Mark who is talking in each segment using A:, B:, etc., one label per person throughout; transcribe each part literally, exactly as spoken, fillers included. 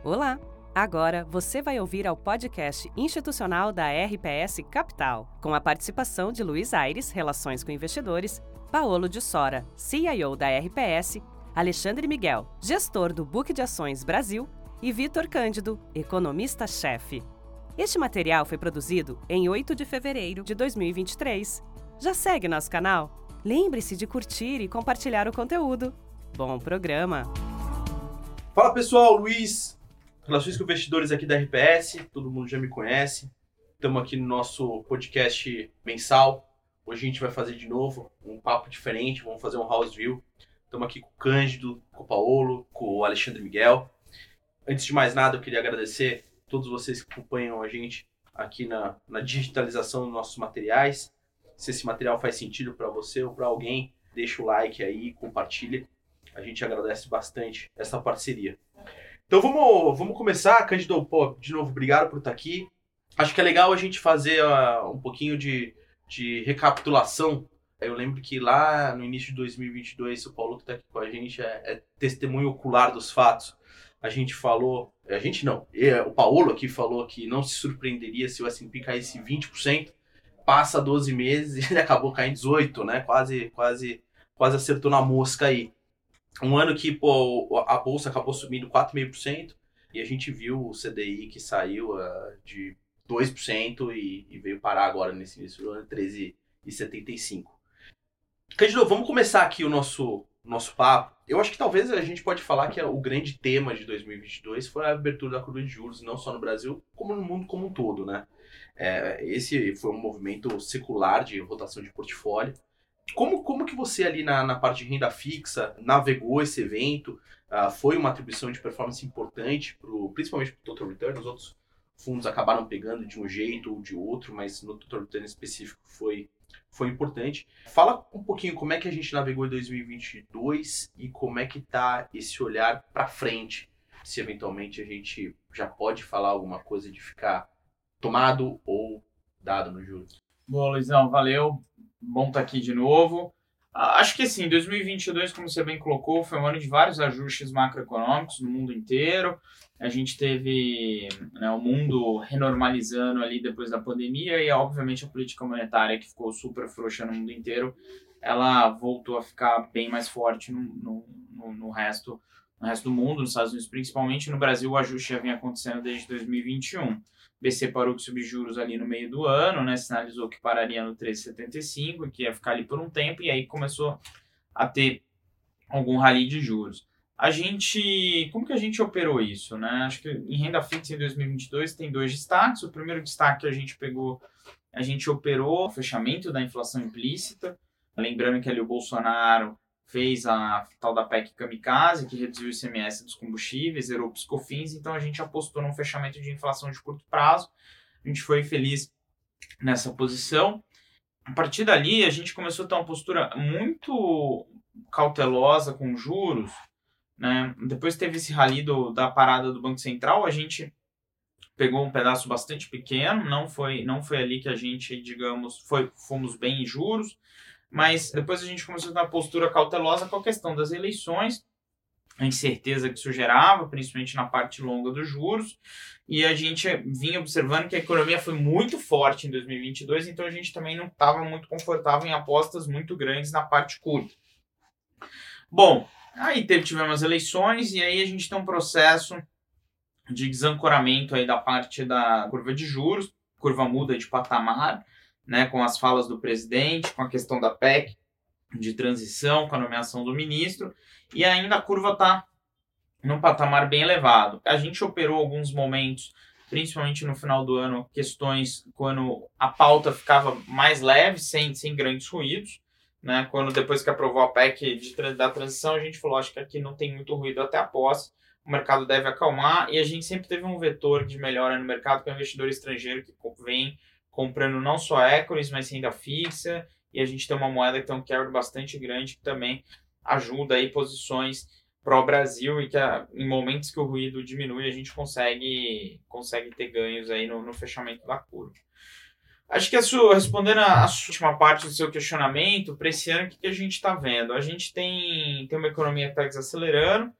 A: Olá! Agora você vai ouvir ao podcast institucional da R P S Capital, com a participação de Luiz Aires, Relações com Investidores, Paolo de Sora, C I O da R P S, Alexandre Miguel, gestor do Book de Ações Brasil, e Vitor Cândido, economista-chefe. Este material foi produzido em oito de fevereiro de dois mil e vinte e três. Já segue nosso canal? Lembre-se de curtir e compartilhar o conteúdo. Bom programa!
B: Fala pessoal, Luiz, Relações com Investidores aqui da R P S, todo mundo já me conhece. Estamos aqui no nosso podcast mensal. Hoje a gente vai fazer de novo um papo diferente, vamos fazer um house view. Estamos aqui com o Cândido, com o Paolo, com o Alexandre Miguel. Antes de mais nada, eu queria agradecer a todos vocês que acompanham a gente aqui na, na digitalização dos nossos materiais. Se esse material faz sentido para você ou para alguém, deixa o like aí, compartilha. A gente agradece bastante essa parceria. Então vamos, vamos começar, Cândido, pô, de novo, obrigado por estar aqui. Acho que é legal a gente fazer uh, um pouquinho de, de recapitulação. Eu lembro que lá no início de dois mil e vinte e dois, o Paulo que está aqui com a gente é, é testemunho ocular dos fatos. A gente falou, a gente não, o Paulo aqui falou que não se surpreenderia se o S e P caísse vinte por cento. Passa doze meses e ele acabou caindo dezoito por cento, né? Quase, quase, quase acertou na mosca aí. Um ano que pô, a bolsa acabou subindo quatro vírgula cinco por cento e a gente viu o C D I que saiu uh, de dois por cento e, e veio parar agora nesse início do ano, treze vírgula setenta e cinco por cento. Cândido, vamos começar aqui o nosso, nosso papo. Eu acho que talvez a gente pode falar que o grande tema de dois mil e vinte e dois foi a abertura da curva de juros, não só no Brasil, como no mundo como um todo, né? É, esse foi um movimento secular de rotação de portfólio. Como, como que você ali na, na parte de renda fixa navegou esse evento? Uh, foi uma atribuição de performance importante, pro, principalmente para o Total Return. Os outros fundos acabaram pegando de um jeito ou de outro, mas no Total Return específico foi, foi importante. Fala um pouquinho como é que a gente navegou em dois mil e vinte e dois e como é que está esse olhar para frente, se eventualmente a gente já pode falar alguma coisa de ficar tomado ou dado no juros.
C: Bom, Luizão, valeu. Bom estar aqui de novo. Acho que assim, dois mil e vinte e dois, como você bem colocou, foi um ano de vários ajustes macroeconômicos no mundo inteiro. A gente teve, né, o mundo renormalizando ali depois da pandemia e, obviamente, a política monetária, que ficou super frouxa no mundo inteiro, ela voltou a ficar bem mais forte no, no, no, no, resto, no resto do mundo, nos Estados Unidos principalmente. No Brasil, o ajuste já vinha acontecendo desde dois mil e vinte e um. B C parou de subir juros ali no meio do ano, né? Sinalizou que pararia no treze vírgula setenta e cinco, que ia ficar ali por um tempo, e aí começou a ter algum rally de juros. A gente, como que a gente operou isso, né? Acho que em renda fixa em dois mil e vinte e dois tem dois destaques. O primeiro destaque que a gente pegou, a gente operou o fechamento da inflação implícita, lembrando que ali o Bolsonaro fez a tal da P E C Kamikaze, que reduziu o I C M S dos combustíveis, zerou o PiscoFins, então a gente apostou num fechamento de inflação de curto prazo. A gente foi feliz nessa posição. A partir dali, a gente começou a ter uma postura muito cautelosa com juros, né? Depois teve esse rally do, da parada do Banco Central, a gente pegou um pedaço bastante pequeno, não foi, não foi ali que a gente, digamos, foi, fomos bem em juros, mas depois a gente começou a ter uma postura cautelosa com a questão das eleições, a incerteza que isso gerava, principalmente na parte longa dos juros, e a gente vinha observando que a economia foi muito forte em dois mil e vinte e dois, então a gente também não estava muito confortável em apostas muito grandes na parte curta. Bom, aí teve, tivemos eleições, e aí a gente tem um processo de desancoramento aí da parte da curva de juros, curva muda de patamar, né, com as falas do presidente, com a questão da P E C de transição, com a nomeação do ministro, e ainda a curva está num patamar bem elevado. A gente operou alguns momentos, principalmente no final do ano, questões quando a pauta ficava mais leve, sem, sem grandes ruídos, né, quando depois que aprovou a P E C de, da transição, a gente falou, acho que aqui não tem muito ruído até a posse, o mercado deve acalmar, e a gente sempre teve um vetor de melhora no mercado, que é o investidor estrangeiro que vem comprando não só equities, mas renda fixa, e a gente tem uma moeda que tem um carry bastante grande, que também ajuda aí posições pró-Brasil, e que em momentos que o ruído diminui, a gente consegue, consegue ter ganhos aí no, no fechamento da curva. Acho que a sua, respondendo a, a última parte do seu questionamento, para esse ano, o que, que a gente está vendo? A gente tem, tem uma economia que está desacelerando,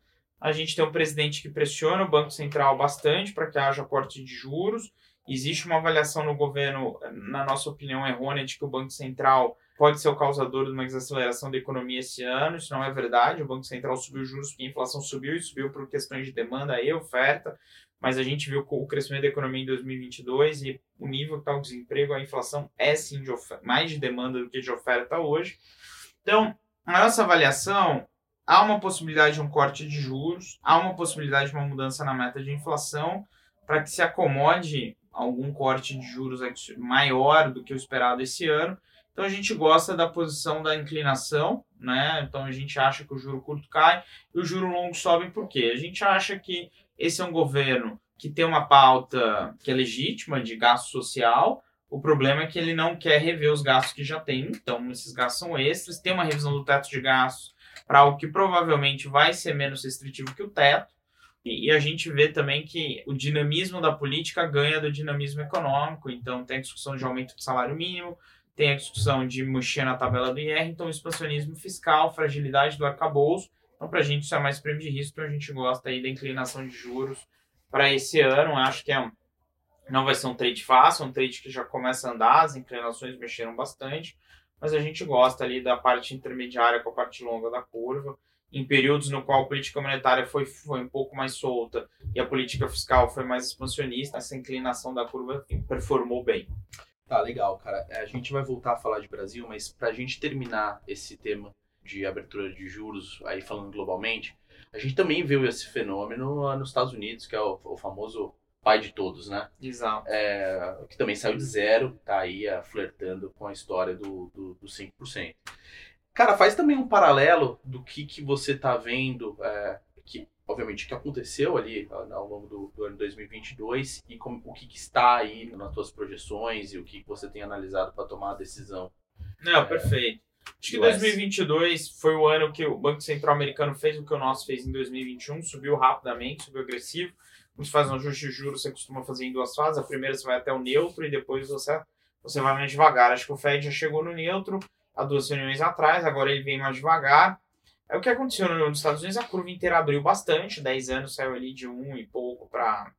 C: A gente tem um presidente que pressiona o Banco Central bastante para que haja corte de juros. Existe uma avaliação no governo, na nossa opinião, errônea, de que o Banco Central pode ser o causador de uma desaceleração da economia esse ano. Isso não é verdade. O Banco Central subiu os juros porque a inflação subiu e subiu por questões de demanda e oferta. Mas a gente viu o crescimento da economia em dois mil e vinte e dois e o nível que está o desemprego, a inflação é sim de oferta, mais de demanda do que de oferta hoje. Então, a nossa avaliação, há uma possibilidade de um corte de juros, há uma possibilidade de uma mudança na meta de inflação para que se acomode algum corte de juros maior do que o esperado esse ano. Então a gente gosta da posição da inclinação, né? Então a gente acha que o juro curto cai e o juro longo sobe. Por quê? A gente acha que esse é um governo que tem uma pauta que é legítima de gasto social. O problema é que ele não quer rever os gastos que já tem. Então esses gastos são extras. Tem uma revisão do teto de gastos para algo que provavelmente vai ser menos restritivo que o teto. E a gente vê também que o dinamismo da política ganha do dinamismo econômico. Então tem a discussão de aumento do salário mínimo, tem a discussão de mexer na tabela do I R, então expansionismo fiscal, fragilidade do arcabouço. Então para a gente isso é mais prêmio de risco, então a gente gosta aí da inclinação de juros para esse ano. Acho que é um, não vai ser um trade fácil, um trade que já começa a andar, as inclinações mexeram bastante, mas a gente gosta ali da parte intermediária com a parte longa da curva. Em períodos no qual a política monetária foi, foi um pouco mais solta e a política fiscal foi mais expansionista, essa inclinação da curva performou bem.
B: Tá, legal, cara. A gente vai voltar a falar de Brasil, mas para a gente terminar esse tema de abertura de juros, aí falando globalmente, a gente também viu esse fenômeno nos Estados Unidos, que é o, o famoso pai de todos, né?
C: Exato.
B: É, que também saiu de zero, tá aí uh, flertando com a história do, do, do cinco por cento. Cara, faz também um paralelo do que, que você tá vendo, é, que obviamente que aconteceu ali ao longo do, do ano dois mil e vinte e dois e como, o que, que está aí nas tuas projeções e o que, que você tem analisado para tomar a decisão.
C: Não,
B: é,
C: perfeito. Acho que dois mil e vinte e dois foi o ano que o Banco Central americano fez o que o nosso fez em dois mil e vinte e um, subiu rapidamente, subiu agressivo. Quando você faz um ajuste de juros, você costuma fazer em duas fases. A primeira você vai até o neutro e depois você, você vai mais devagar. Acho que o Fed já chegou no neutro há duas reuniões atrás, agora ele vem mais devagar. É o que aconteceu nos Estados Unidos, a curva inteira abriu bastante, dez anos saiu ali de um e pouco para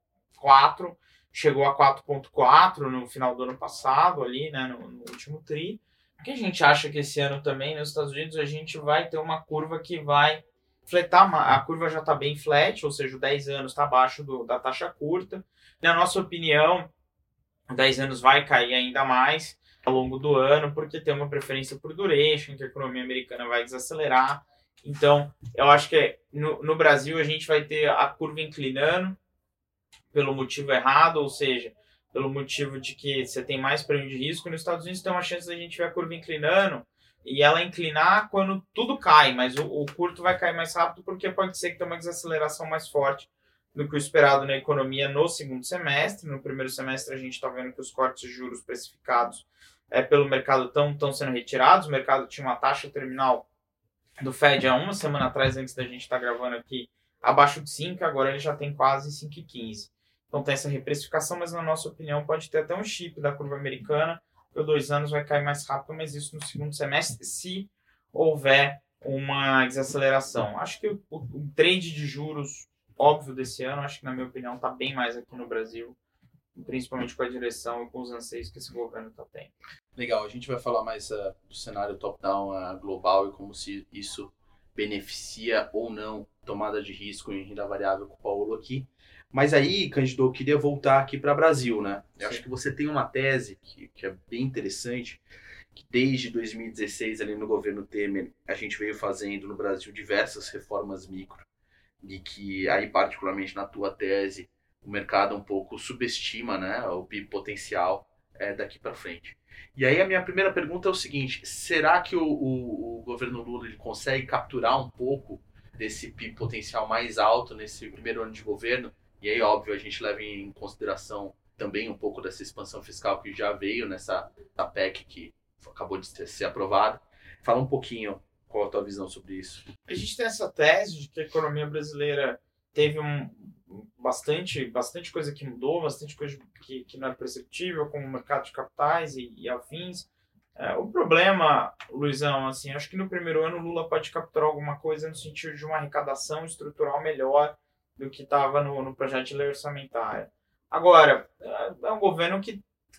C: quatro, chegou a quatro vírgula quatro no final do ano passado, ali, né, no, no último tri. O que a gente acha que esse ano também, nos Estados Unidos, a gente vai ter uma curva que vai fletar, a curva já está bem flat, ou seja, o dez anos está abaixo do, da taxa curta. Na nossa opinião, o dez anos vai cair ainda mais ao longo do ano, porque tem uma preferência por duration, que a economia americana vai desacelerar. Então, eu acho que no, no Brasil a gente vai ter a curva inclinando pelo motivo errado, ou seja, pelo motivo de que você tem mais prêmio de risco. Nos Estados Unidos tem uma chance da gente ver a curva inclinando e ela inclinar quando tudo cai, mas o, o curto vai cair mais rápido porque pode ser que tenha uma desaceleração mais forte do que o esperado na economia no segundo semestre. No primeiro semestre a gente está vendo que os cortes de juros precificados é, pelo mercado estão sendo retirados. O mercado tinha uma taxa terminal do Fed há uma semana atrás, antes da gente estar tá gravando aqui, abaixo de cinco, agora ele já tem quase cinco vírgula quinze. Então tem essa reprecificação, mas na nossa opinião pode ter até um chip da curva americana, que o dois anos vai cair mais rápido, mas isso no segundo semestre, se houver uma desaceleração. Acho que o, o, o trade de juros óbvio desse ano, acho que na minha opinião está bem mais aqui no Brasil, principalmente com a direção e com os anseios que esse governo está tendo.
B: Legal, a gente vai falar mais uh, do cenário top-down uh, global e como se isso beneficia ou não tomada de risco em renda variável com o Paulo aqui. Mas aí, Cândido, eu queria voltar aqui para o Brasil, né? Eu acho que você tem uma tese que, que é bem interessante, que desde dois mil e dezesseis, ali no governo Temer, a gente veio fazendo no Brasil diversas reformas micro, e que aí, particularmente na tua tese, o mercado um pouco subestima, né, o P I B potencial é, daqui para frente. E aí a minha primeira pergunta é o seguinte: será que o, o, o governo Lula ele consegue capturar um pouco desse P I B potencial mais alto nesse primeiro ano de governo? E aí, óbvio, a gente leva em consideração também um pouco dessa expansão fiscal que já veio nessa da P E C que acabou de ser aprovada. Fala um pouquinho qual a tua visão sobre isso.
C: A gente tem essa tese de que a economia brasileira teve um, bastante, bastante coisa que mudou, bastante coisa que, que não é perceptível, como o mercado de capitais e, e afins. É, o problema, Luizão, assim, acho que no primeiro ano o Lula pode capturar alguma coisa no sentido de uma arrecadação estrutural melhor do que estava no, no projeto de lei orçamentária. Agora, é um governo que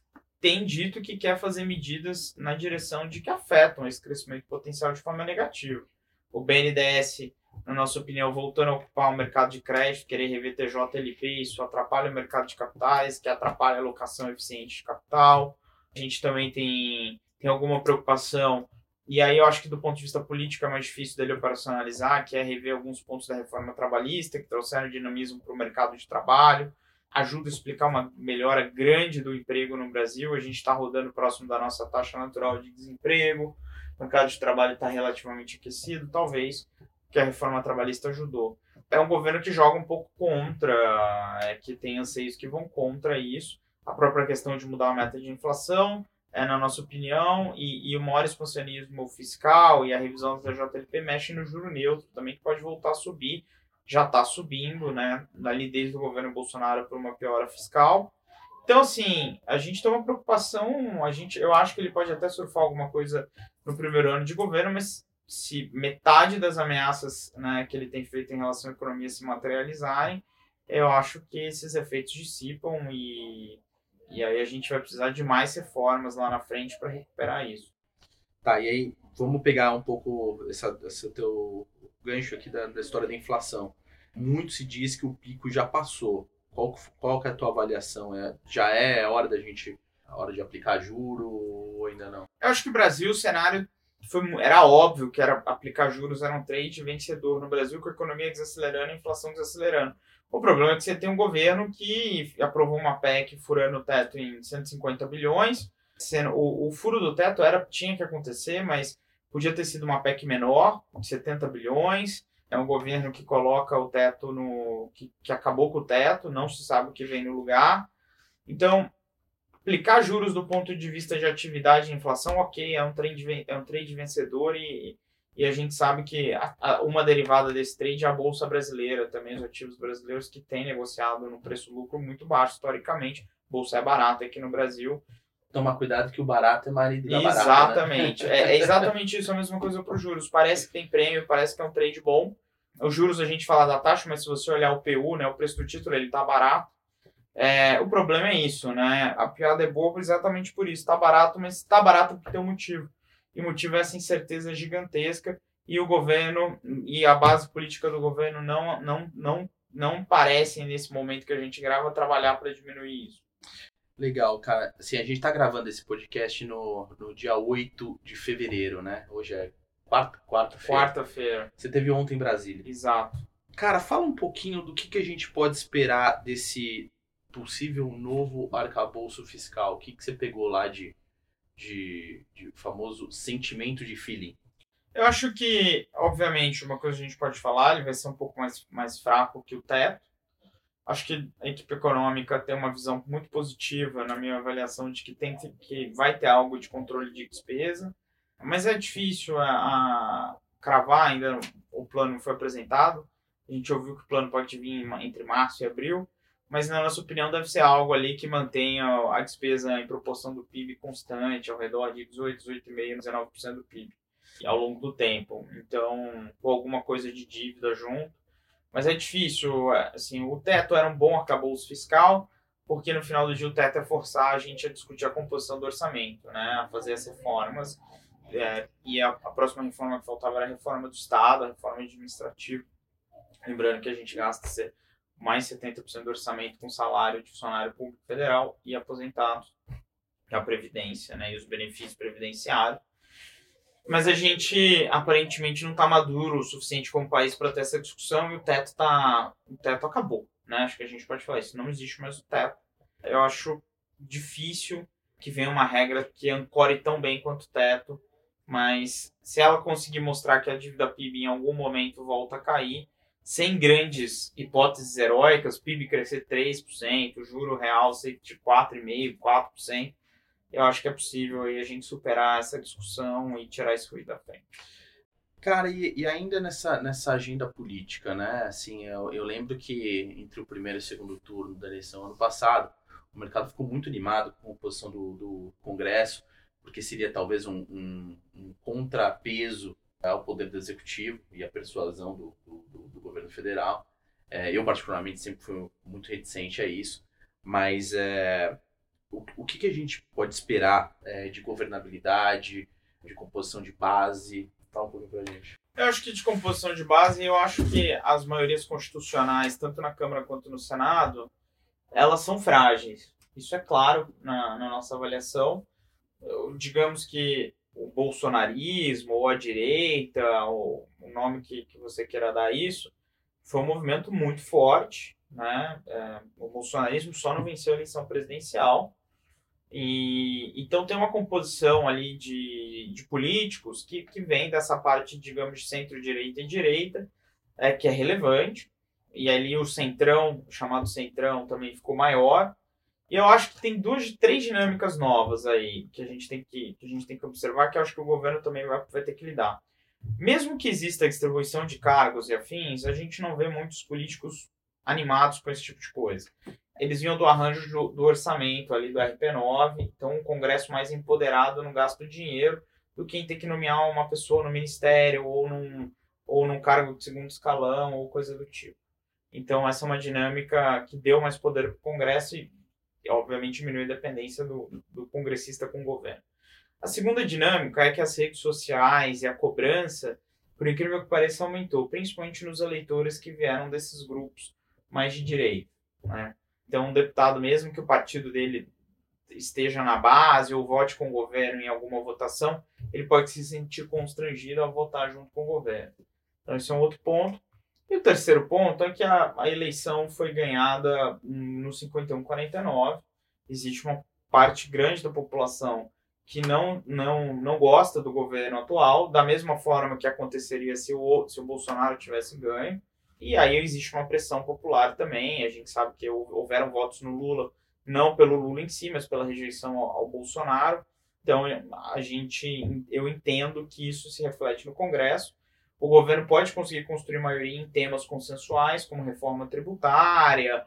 C: tem dito que quer fazer medidas na direção de que afetam esse crescimento potencial de forma negativa. O B N D E S, na nossa opinião, voltando a ocupar o mercado de crédito, querer rever T J L P, isso atrapalha o mercado de capitais, que atrapalha a alocação eficiente de capital. A gente também tem, tem alguma preocupação, e aí eu acho que do ponto de vista político é mais difícil dele operacionalizar, que é rever alguns pontos da reforma trabalhista, que trouxeram dinamismo para o mercado de trabalho, ajuda a explicar uma melhora grande do emprego no Brasil. A gente está rodando próximo da nossa taxa natural de desemprego, o mercado de trabalho está relativamente aquecido, talvez, que a reforma trabalhista ajudou. É um governo que joga um pouco contra, é, que tem anseios que vão contra isso. A própria questão de mudar a meta de inflação, é, na nossa opinião, e, e o maior expansionismo fiscal e a revisão do T J L P mexe no juro neutro também, que pode voltar a subir. Já está subindo, né, ali desde o governo Bolsonaro por uma piora fiscal. Então, assim, a gente tem uma preocupação, a gente, eu acho que ele pode até surfar alguma coisa no primeiro ano de governo, mas se metade das ameaças, né, que ele tem feito em relação à economia se materializarem, eu acho que esses efeitos dissipam e, e aí a gente vai precisar de mais reformas lá na frente para recuperar isso.
B: Tá, e aí vamos pegar um pouco essa, esse teu gancho aqui da, da história da inflação. Muito se diz que o pico já passou. Qual, qual que é a tua avaliação? É, já é a hora da gente, a hora de aplicar juro ou ainda não?
C: Eu acho que o Brasil, o cenário foi, era óbvio que era aplicar juros era um trade vencedor no Brasil, com a economia desacelerando e a inflação desacelerando. O problema é que você tem um governo que aprovou uma P E C furando o teto em cento e cinquenta bilhões. Sendo, o, o furo do teto era, tinha que acontecer, mas podia ter sido uma P E C menor, de setenta bilhões. É um governo que coloca o teto no... Que, que acabou com o teto, não se sabe o que vem no lugar. Então, aplicar juros do ponto de vista de atividade e inflação, ok, é um trade, é um trade vencedor e, e a gente sabe que a, a, uma derivada desse trade é a Bolsa Brasileira, também os ativos brasileiros que têm negociado no preço-lucro muito baixo historicamente. A Bolsa é barata aqui no Brasil.
B: Tomar cuidado que o barato é marido da barata.
C: Exatamente. Né? É, é exatamente isso, a mesma coisa para os juros. Parece que tem prêmio, parece que é um trade bom. Os juros a gente fala da taxa, mas se você olhar o P U, né, o preço do título, ele está barato. É, o problema é isso, né? A piada é boa exatamente por isso. Está barato, mas está barato porque tem um motivo. E o motivo é essa incerteza gigantesca e o governo e a base política do governo não, não, não, não parecem, nesse momento que a gente grava, trabalhar para diminuir isso.
B: Legal, cara. Assim, a gente tá gravando esse podcast no, no dia oito de fevereiro, né? Hoje é quarta, quarta-feira.
C: Quarta-feira.
B: Você teve ontem em Brasília.
C: Exato.
B: Cara, fala um pouquinho do que, que a gente pode esperar desse possível novo arcabouço fiscal. O que, que você pegou lá de, de, de famoso sentimento de feeling?
C: Eu acho que, obviamente, uma coisa que a gente pode falar, ele vai ser um pouco mais, mais fraco que o teto. Acho que a equipe econômica tem uma visão muito positiva, na minha avaliação, de que, tem que vai ter algo de controle de despesa, mas é difícil a, a cravar, ainda o plano não foi apresentado. A gente ouviu que o plano pode vir entre março e abril, mas na nossa opinião deve ser algo ali que mantenha a despesa em proporção do P I B constante, ao redor de dezoito, dezoito vírgula cinco por cento, dezenove por cento do P I B, ao longo do tempo. Então, com alguma coisa de dívida junto. Mas é difícil, assim, o teto era um bom arcabouço fiscal, porque no final do dia o teto é forçar a gente a discutir a composição do orçamento, né, a fazer as reformas, é, e a, a próxima reforma que faltava era a reforma do Estado, a reforma administrativa, lembrando que a gente gasta mais setenta por cento do orçamento com salário de funcionário público federal e aposentados, a Previdência, né, e os benefícios previdenciários. Mas a gente, aparentemente, não está maduro o suficiente como país para ter essa discussão e o teto, tá, o teto acabou, né? Acho que a gente pode falar isso. Não existe mais o teto. Eu acho difícil que venha uma regra que ancore tão bem quanto o teto, mas se ela conseguir mostrar que a dívida P I B em algum momento volta a cair, sem grandes hipóteses heróicas, P I B crescer três por cento, o juro real ser de quatro vírgula cinco por cento, quatro por cento, eu acho que é possível aí a gente superar essa discussão e tirar isso ruído da frente.
B: Cara, e, e ainda nessa, nessa agenda política, né? Assim, eu, eu lembro que entre o primeiro e o segundo turno da eleição ano passado, o mercado ficou muito animado com a posição do, do Congresso. porque seria talvez um, um, um contrapeso ao poder do executivo e à persuasão do, do, do governo federal. É, eu, particularmente, sempre fui muito reticente a isso, mas é, o, o que, que a gente pode esperar é, de governabilidade, de composição de base? Fala um pouquinho pra gente.
C: Eu acho que de composição de base, eu acho que as maiorias constitucionais, tanto na Câmara quanto no Senado, elas são frágeis. Isso é claro na, na nossa avaliação. Digamos que o bolsonarismo, ou a direita, ou o nome que, que você queira dar a isso, foi um movimento muito forte, né? É, o bolsonarismo só não venceu a eleição presidencial. E, então tem uma composição ali de, de políticos que, que vem dessa parte, digamos, de centro-direita e direita, é, que é relevante. E ali o centrão, o chamado centrão, também ficou maior. E eu acho que tem duas, três dinâmicas novas aí que a gente tem que, que, a gente tem que observar, que eu acho que o governo também vai, vai ter que lidar. Mesmo que exista a distribuição de cargos e afins, a gente não vê muitos políticos animados com esse tipo de coisa. Eles vinham do arranjo do, do orçamento ali do R P nove, então um congresso mais empoderado no gasto de dinheiro do que em ter que nomear uma pessoa no ministério ou num, ou num cargo de segundo escalão ou coisa do tipo. Então essa é uma dinâmica que deu mais poder para o Congresso e, obviamente, diminui a dependência do, do congressista com o governo. A segunda dinâmica é que as redes sociais e a cobrança, por incrível que pareça, aumentou, principalmente nos eleitores que vieram desses grupos mais de direita, né? Então, um deputado, mesmo que o partido dele esteja na base ou vote com o governo em alguma votação, ele pode se sentir constrangido a votar junto com o governo. Então, esse é um outro ponto. E o terceiro ponto é que a, a eleição foi ganhada no cinquenta e um a quarenta e nove. Existe uma parte grande da população que não, não, não gosta do governo atual, da mesma forma que aconteceria se o, se o Bolsonaro tivesse ganho. E aí existe uma pressão popular também. A gente sabe que houveram votos no Lula, não pelo Lula em si, mas pela rejeição ao, ao Bolsonaro. Então, a gente, eu entendo que isso se reflete no Congresso. O governo pode conseguir construir maioria em temas consensuais, como reforma tributária,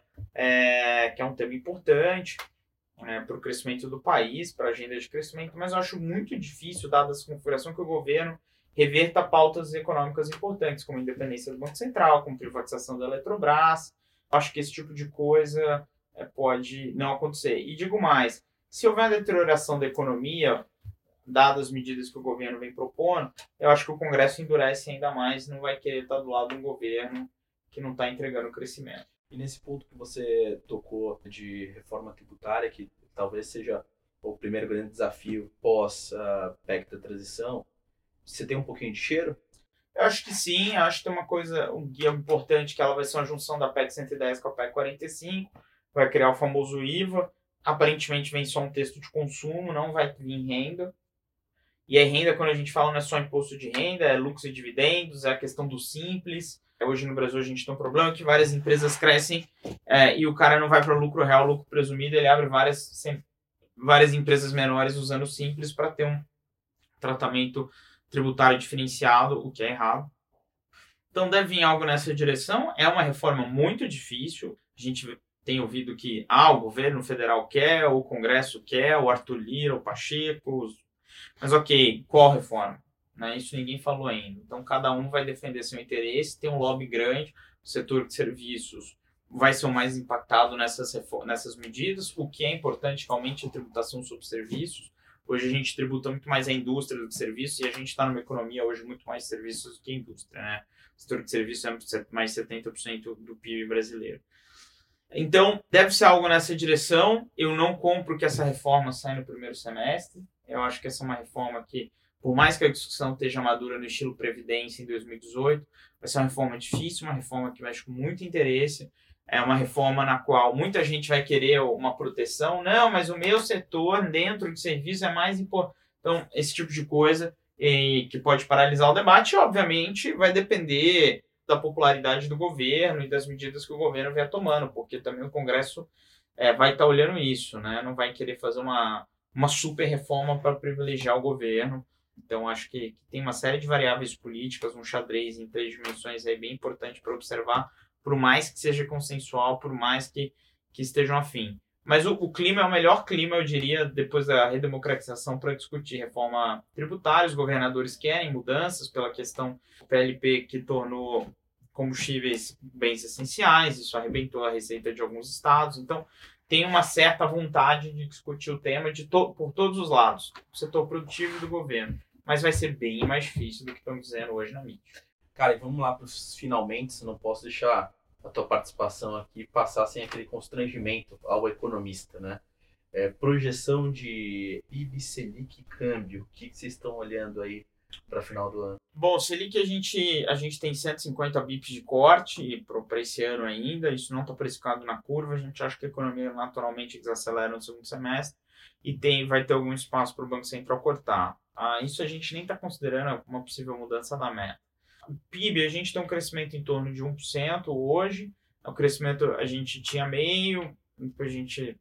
C: é, que é um tema importante, é, para o crescimento do país, para a agenda de crescimento, mas eu acho muito difícil, dada essa configuração, que o governo reverta pautas econômicas importantes, como a independência do Banco Central, como privatização da Eletrobras. Acho que esse tipo de coisa é, pode não acontecer. E digo mais, se houver uma deterioração da economia, dadas as medidas que o governo vem propondo, eu acho que o Congresso endurece ainda mais e não vai querer estar do lado de um governo que não está entregando crescimento.
B: E nesse ponto que você tocou de reforma tributária, que talvez seja o primeiro grande desafio pós a P E C da transição, você tem um pouquinho de cheiro?
C: Eu acho que sim, acho que tem uma coisa, um guia importante, que ela vai ser uma junção da P E C cento e dez com a P E C quarenta e cinco, vai criar o famoso I V A, aparentemente vem só um texto de consumo, não vai vir renda. E aí renda, quando a gente fala, não é só imposto de renda, é lucros e dividendos, é a questão do simples. Hoje no Brasil a gente tem um problema que várias empresas crescem é, e o cara não vai para o lucro real, lucro presumido, ele abre várias, sem, várias empresas menores usando o simples para ter um tratamento tributário diferenciado, o que é errado. Então deve vir algo nessa direção. É uma reforma muito difícil. A gente tem ouvido que ah, o governo federal quer, o Congresso quer, o Arthur Lira, o Pacheco. Os... Mas ok, qual reforma? Né? Isso ninguém falou ainda. Então cada um vai defender seu interesse, tem um lobby grande, o setor de serviços vai ser o mais impactado nessas, nessas medidas. O que é importante que aumente a tributação sobre serviços. Hoje a gente tributa muito mais a indústria do que serviços, e a gente está numa economia hoje muito mais de serviços do que indústria, né? O setor de serviços é mais de setenta por cento do P I B brasileiro. Então, deve ser algo nessa direção. Eu não compro que essa reforma saia no primeiro semestre. Eu acho que essa é uma reforma que, por mais que a discussão esteja madura no estilo Previdência em dois mil e dezoito, vai ser uma reforma difícil, uma reforma que mexe com muito interesse. É uma reforma na qual muita gente vai querer uma proteção. Não, mas o meu setor dentro de serviço é mais importante. Então, esse tipo de coisa e, que pode paralisar o debate, obviamente, vai depender da popularidade do governo e das medidas que o governo vier tomando, porque também o Congresso é, vai estar olhando isso, né? Não vai querer fazer uma, uma super reforma para privilegiar o governo. Então, acho que, que tem uma série de variáveis políticas, um xadrez em três dimensões aí bem importante para observar, por mais que seja consensual, por mais que, que estejam afim. Mas o, o clima é o melhor clima, eu diria, depois da redemocratização para discutir reforma tributária. Os governadores querem mudanças pela questão do P L P, que tornou combustíveis bens essenciais, isso arrebentou a receita de alguns estados. Então, tem uma certa vontade de discutir o tema de to- por todos os lados, do setor produtivo e do governo. Mas vai ser bem mais difícil do que estão dizendo hoje na mídia.
B: Cara, e vamos lá para os finalmente, não posso deixar a tua participação aqui passar sem aquele constrangimento ao economista, né? É, projeção de P I B, Selic e câmbio, o que, que vocês estão olhando aí para final do ano?
C: Bom, Selic a gente, a gente tem cento e cinquenta bips de corte para esse ano ainda, isso não está precificado na curva, a gente acha que a economia naturalmente desacelera no segundo semestre e tem, vai ter algum espaço para o Banco Central cortar. Ah, isso a gente nem está considerando uma possível mudança da meta. O P I B, a gente tem um crescimento em torno de um por cento hoje, o crescimento a gente tinha meio, depois a gente,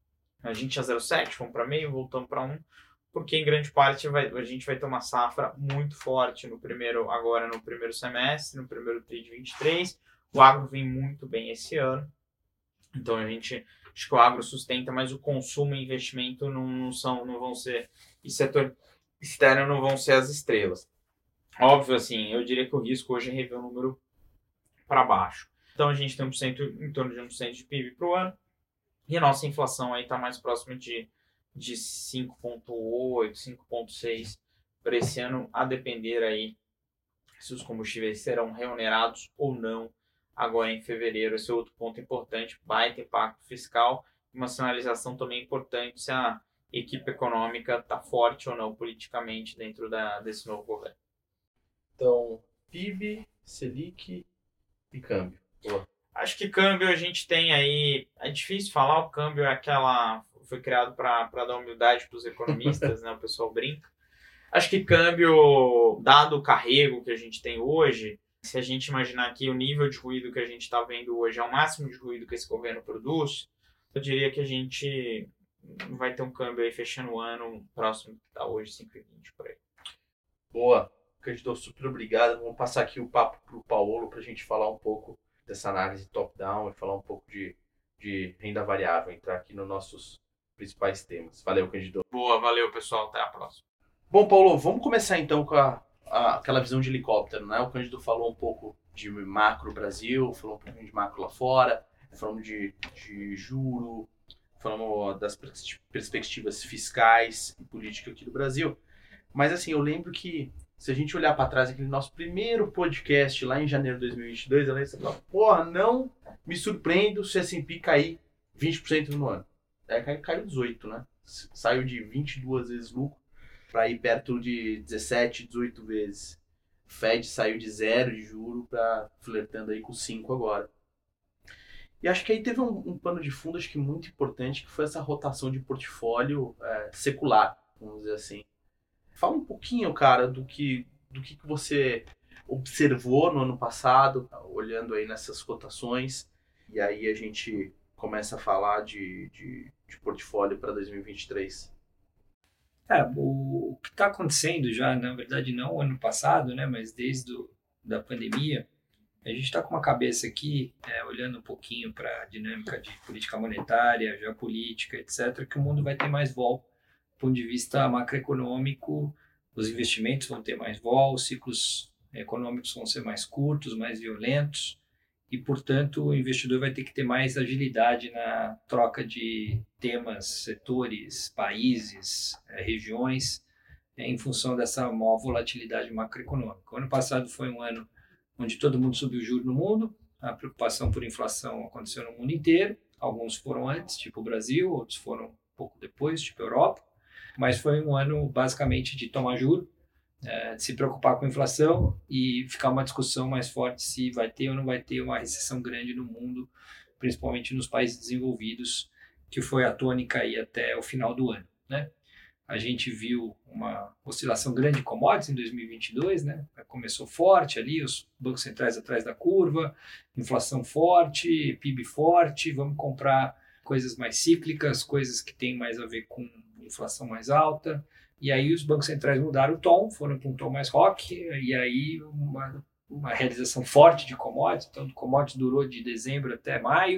C: a gente tinha zero vírgula sete, fomos para meio, voltamos para um, porque em grande parte vai, a gente vai ter uma safra muito forte no primeiro, agora no primeiro semestre, no primeiro tri de vinte e três. O agro vem muito bem esse ano, então a gente acho que o agro sustenta, mas o consumo e investimento não, não, são, não vão ser, e setor externo não vão ser as estrelas. Óbvio, assim, eu diria que o risco hoje é rever o número para baixo. Então a gente tem um por cento, em torno de um por cento de P I B para o ano, e a nossa inflação aí está mais próxima de de cinco vírgula oito, cinco vírgula seis para esse ano, a depender aí se os combustíveis serão reonerados ou não agora em fevereiro. Esse é outro ponto importante, vai ter impacto fiscal, uma sinalização também importante se a equipe econômica está forte ou não politicamente dentro da, desse novo governo.
B: Então, P I B, Selic e câmbio. Boa.
C: Acho que câmbio a gente tem aí, é difícil falar, o câmbio é aquela... foi criado para dar humildade para os economistas, né? O pessoal brinca. Acho que câmbio, dado o carrego que a gente tem hoje, se a gente imaginar que o nível de ruído que a gente está vendo hoje é o máximo de ruído que esse governo produz, eu diria que a gente vai ter um câmbio aí fechando o ano próximo que está hoje, cinco e vinte por aí.
B: Boa. Candidato, super obrigado. Vamos passar aqui o papo para o Paulo para a gente falar um pouco dessa análise top-down e falar um pouco de, de renda variável, entrar aqui nos nossos principais temas. Valeu, candidato.
C: Boa, valeu, pessoal. Até a próxima.
B: Bom, Paulo, vamos começar então com a, a, aquela visão de helicóptero, né? O candidato falou um pouco de macro Brasil, falou um pouquinho de macro lá fora, falamos de, de juro, falamos das perspectivas fiscais e política aqui do Brasil. Mas assim, eu lembro que se a gente olhar para trás, aquele nosso primeiro podcast lá em janeiro de dois mil e vinte e dois, você falou, porra, não me surpreendo se o S e P cair vinte por cento no ano. É, caiu, caiu dezoito, né? Saiu de vinte e duas vezes lucro para ir perto de dezessete, dezoito vezes. O Fed saiu de zero de juro para flertando aí com cinco agora. E acho que aí teve um, um pano de fundo, acho que muito importante, que foi essa rotação de portfólio é, secular, vamos dizer assim. Fala um pouquinho, cara, do que, do que você observou no ano passado, olhando aí nessas cotações, e aí a gente começa a falar de, de, de portfólio para dois mil e vinte e três.
D: É, o, o que está acontecendo já, na verdade, não ano passado, né, mas desde do, da pandemia, a gente está com uma cabeça aqui, é, olhando um pouquinho para a dinâmica de política monetária, geopolítica, etcétera, que o mundo vai ter mais vol. Do ponto de vista macroeconômico, os investimentos vão ter mais vol, os ciclos econômicos vão ser mais curtos, mais violentos, e, portanto, o investidor vai ter que ter mais agilidade na troca de temas, setores, países, eh, regiões, eh, em função dessa maior volatilidade macroeconômica. O ano passado foi um ano onde todo mundo subiu o juro no mundo, a preocupação por inflação aconteceu no mundo inteiro, alguns foram antes, tipo o Brasil, outros foram um pouco depois, tipo a Europa, mas foi um ano basicamente de tomar juro, É, de se preocupar com a inflação e ficar uma discussão mais forte se vai ter ou não vai ter uma recessão grande no mundo, principalmente nos países desenvolvidos, que foi a tônica aí até o final do ano, né? A gente viu uma oscilação grande de commodities em dois mil e vinte e dois, né? Começou forte ali, os bancos centrais atrás da curva, inflação forte, P I B forte, vamos comprar coisas mais cíclicas, coisas que têm mais a ver com inflação mais alta. E aí os bancos centrais mudaram o tom, foram para um tom mais rock, e aí uma, uma realização forte de commodities. Então, o commodities durou de dezembro até maio,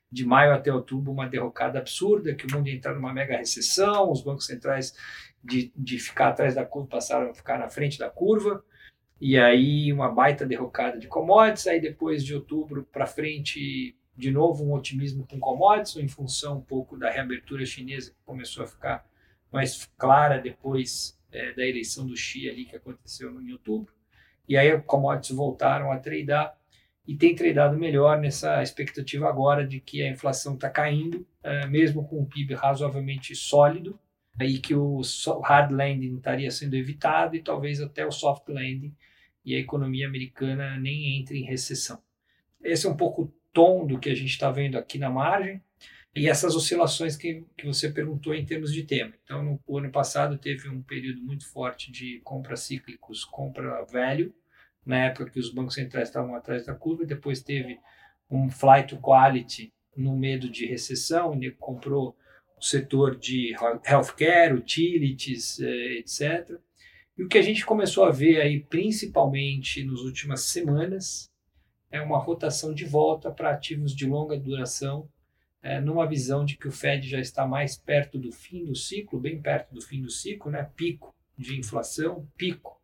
D: de maio até outubro, uma derrocada absurda, que o mundo ia entrar numa mega recessão, os bancos centrais de, de ficar atrás da curva passaram a ficar na frente da curva, e aí uma baita derrocada de commodities, aí depois de outubro para frente, de novo um otimismo com commodities, em função um pouco da reabertura chinesa, que começou a ficar mais clara depois é, da eleição do Xi ali, que aconteceu em outubro, e aí os commodities voltaram a tradar, e tem tradado melhor nessa expectativa agora de que a inflação está caindo, é, mesmo com um P I B razoavelmente sólido, aí que o hard landing estaria sendo evitado e talvez até o soft landing, e a economia americana nem entre em recessão. Esse é um pouco o tom do que a gente está vendo aqui na margem, e essas oscilações que, que você perguntou em termos de tema. Então, no o ano passado teve um período muito forte de compra cíclicos, compra value, na época que os bancos centrais estavam atrás da curva, e depois teve um flight to quality no medo de recessão, ele comprou o setor de healthcare, utilities, etcétera. E o que a gente começou a ver aí, principalmente nas últimas semanas, é uma rotação de volta para ativos de longa duração, é, numa visão de que o Fed já está mais perto do fim do ciclo, bem perto do fim do ciclo, né? Pico de inflação, pico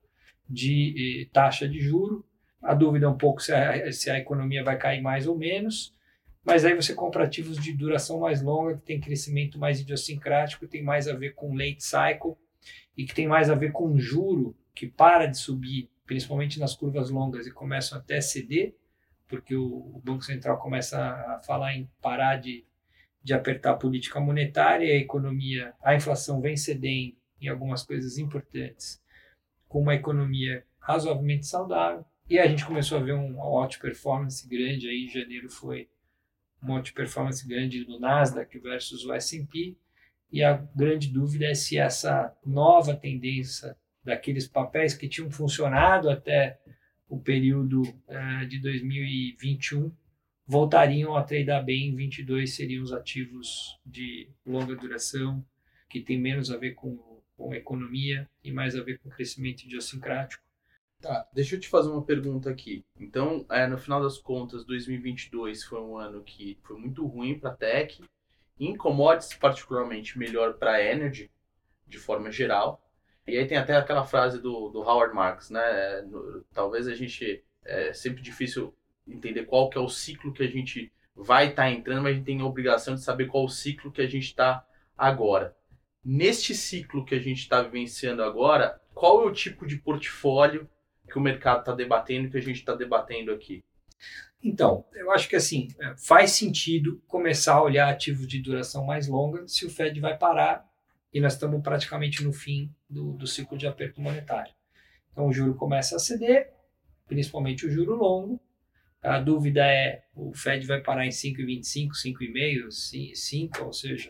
D: de eh, taxa de juro. A dúvida é um pouco se a, se a economia vai cair mais ou menos, mas aí você compra ativos de duração mais longa, que tem crescimento mais idiosincrático, tem mais a ver com late cycle e que tem mais a ver com juro que para de subir, principalmente nas curvas longas, e começam até a ceder, porque o Banco Central começa a falar em parar de, de apertar a política monetária, e a economia, a inflação vem cedendo em algumas coisas importantes, com uma economia razoavelmente saudável, e a gente começou a ver um, uma out-performance grande, aí em janeiro foi uma out-performance grande no Nasdaq versus o S and P, e a grande dúvida é se essa nova tendência daqueles papéis que tinham funcionado até o período uh, de dois mil e vinte e um voltariam a tradar bem. Em vinte e dois seriam os ativos de longa duração, que tem menos a ver com, com economia e mais a ver com crescimento idiosincrático.
B: Tá, deixa eu te fazer uma pergunta aqui. Então, é, no final das contas, dois mil e vinte e dois foi um ano que foi muito ruim para a tech, em commodities particularmente melhor para a energy, de forma geral. E aí tem até aquela frase do, do Howard Marks, né? No, talvez a gente, é sempre difícil entender qual que é o ciclo que a gente vai estar tá entrando, mas a gente tem a obrigação de saber qual o ciclo que a gente está agora. Neste ciclo que a gente está vivenciando agora, qual é o tipo de portfólio que o mercado está debatendo, que a gente está debatendo aqui?
D: Então, eu acho que assim, faz sentido começar a olhar ativos de duração mais longa se o Fed vai parar e nós estamos praticamente no fim do, do ciclo de aperto monetário. Então o juro começa a ceder, principalmente o juro longo. A dúvida é, o Fed vai parar em cinco vírgula vinte e cinco, cinco vírgula cinco, cinco, ou seja,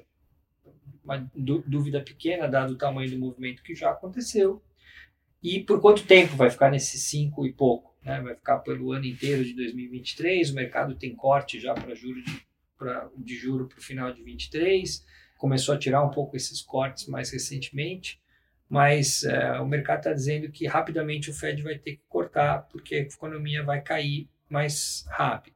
D: uma dúvida pequena, dado o tamanho do movimento que já aconteceu. E por quanto tempo vai ficar nesse cinco e pouco? Né? Vai ficar pelo ano inteiro de dois mil e vinte e três, o mercado tem corte já para juro de, pra, de juro para o final de vinte e três, começou a tirar um pouco esses cortes mais recentemente, mas é, o mercado está dizendo que rapidamente o Fed vai ter que cortar, porque a economia vai cair mais rápido.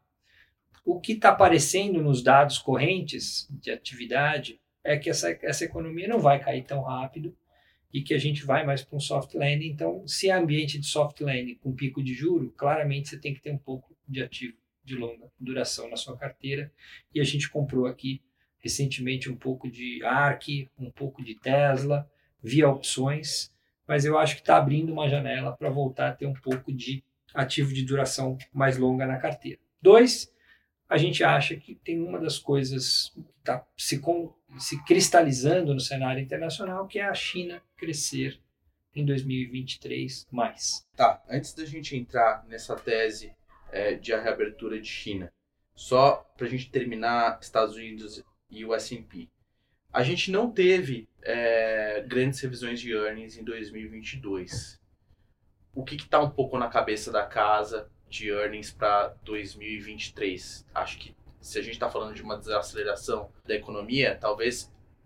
D: O que está aparecendo nos dados correntes de atividade é que essa, essa economia não vai cair tão rápido e que a gente vai mais para um soft landing. Então, se é ambiente de soft landing com pico de juro, claramente você tem que ter um pouco de ativo de longa duração na sua carteira, e a gente comprou aqui recentemente um pouco de ARK, um pouco de Tesla, via opções, mas eu acho que está abrindo uma janela para voltar a ter um pouco de ativo de duração mais longa na carteira. Dois, a gente acha que tem uma das coisas que está se, se cristalizando no cenário internacional, que é a China crescer em dois mil e vinte e três mais.
B: Tá, antes da gente entrar nessa tese é, de a reabertura de China, só para a gente terminar Estados Unidos e o S and P. A gente não teve é, grandes revisões de earnings em dois mil e vinte e dois. O que está um pouco na cabeça da casa de earnings para dois mil e vinte e três? Acho que se a gente está falando de uma desaceleração da economia, talvez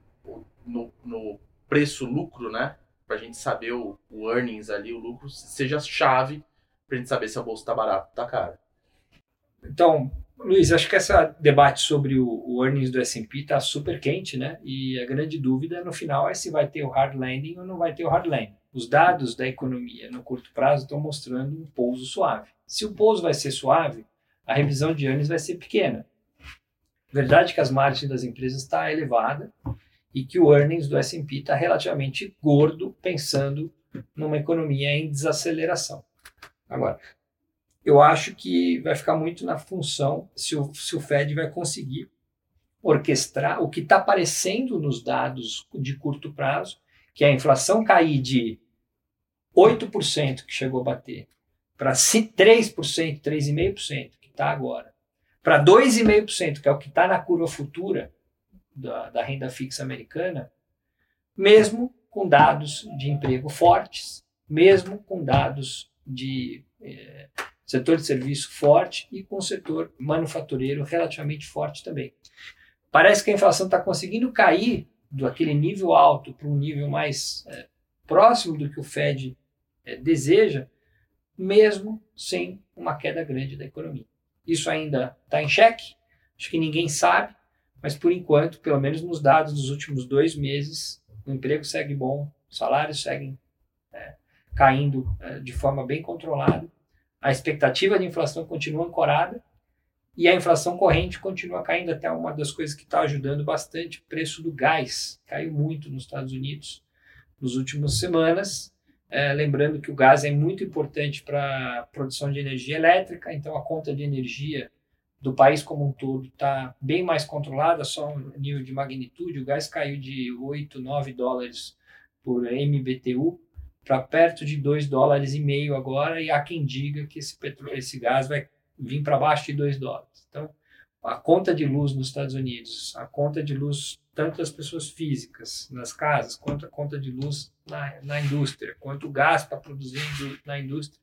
B: no, no preço-lucro, né, para a gente saber o, o earnings ali, o lucro, seja a chave para a gente saber se a bolsa está barata ou está cara.
D: Então, Luiz, acho que esse debate sobre o, o earnings do S and P está super quente, né? E a grande dúvida no final é se vai ter o hard landing ou não vai ter o hard landing. Os dados da economia no curto prazo estão mostrando um pouso suave. Se o pouso vai ser suave, a revisão de earnings vai ser pequena. Verdade é que as margens das empresas estão elevadas e que o earnings do S and P está relativamente gordo, pensando numa economia em desaceleração. Agora, eu acho que vai ficar muito na função se o, se o Fed vai conseguir orquestrar o que está aparecendo nos dados de curto prazo, que é a inflação cair de oito por cento, que chegou a bater, para três por cento, três vírgula cinco por cento, que está agora, para dois vírgula cinco por cento, que é o que está na curva futura da, da renda fixa americana, mesmo com dados de emprego fortes, mesmo com dados de eh, setor de serviço forte e com o setor manufatureiro relativamente forte também. Parece que a inflação está conseguindo cair daquele nível alto para um nível mais é, próximo do que o Fed é, deseja, mesmo sem uma queda grande da economia. Isso ainda está em xeque, acho que ninguém sabe, mas por enquanto, pelo menos nos dados dos últimos dois meses, o emprego segue bom, os salários seguem é, caindo é, de forma bem controlada, a expectativa de inflação continua ancorada e a inflação corrente continua caindo. Até uma das coisas que está ajudando bastante, o preço do gás caiu muito nos Estados Unidos nas últimas semanas. É, lembrando que o gás é muito importante para a produção de energia elétrica, então a conta de energia do país como um todo está bem mais controlada, só um nível de magnitude. O gás caiu de oito, nove dólares por M B T U para perto de dois dólares e meio agora, e há quem diga que esse, petróleo, esse gás vai vir para baixo de dois dólares. Então, a conta de luz nos Estados Unidos, a conta de luz tanto das pessoas físicas nas casas, quanto a conta de luz na, na indústria, quanto o gás para produzir na indústria,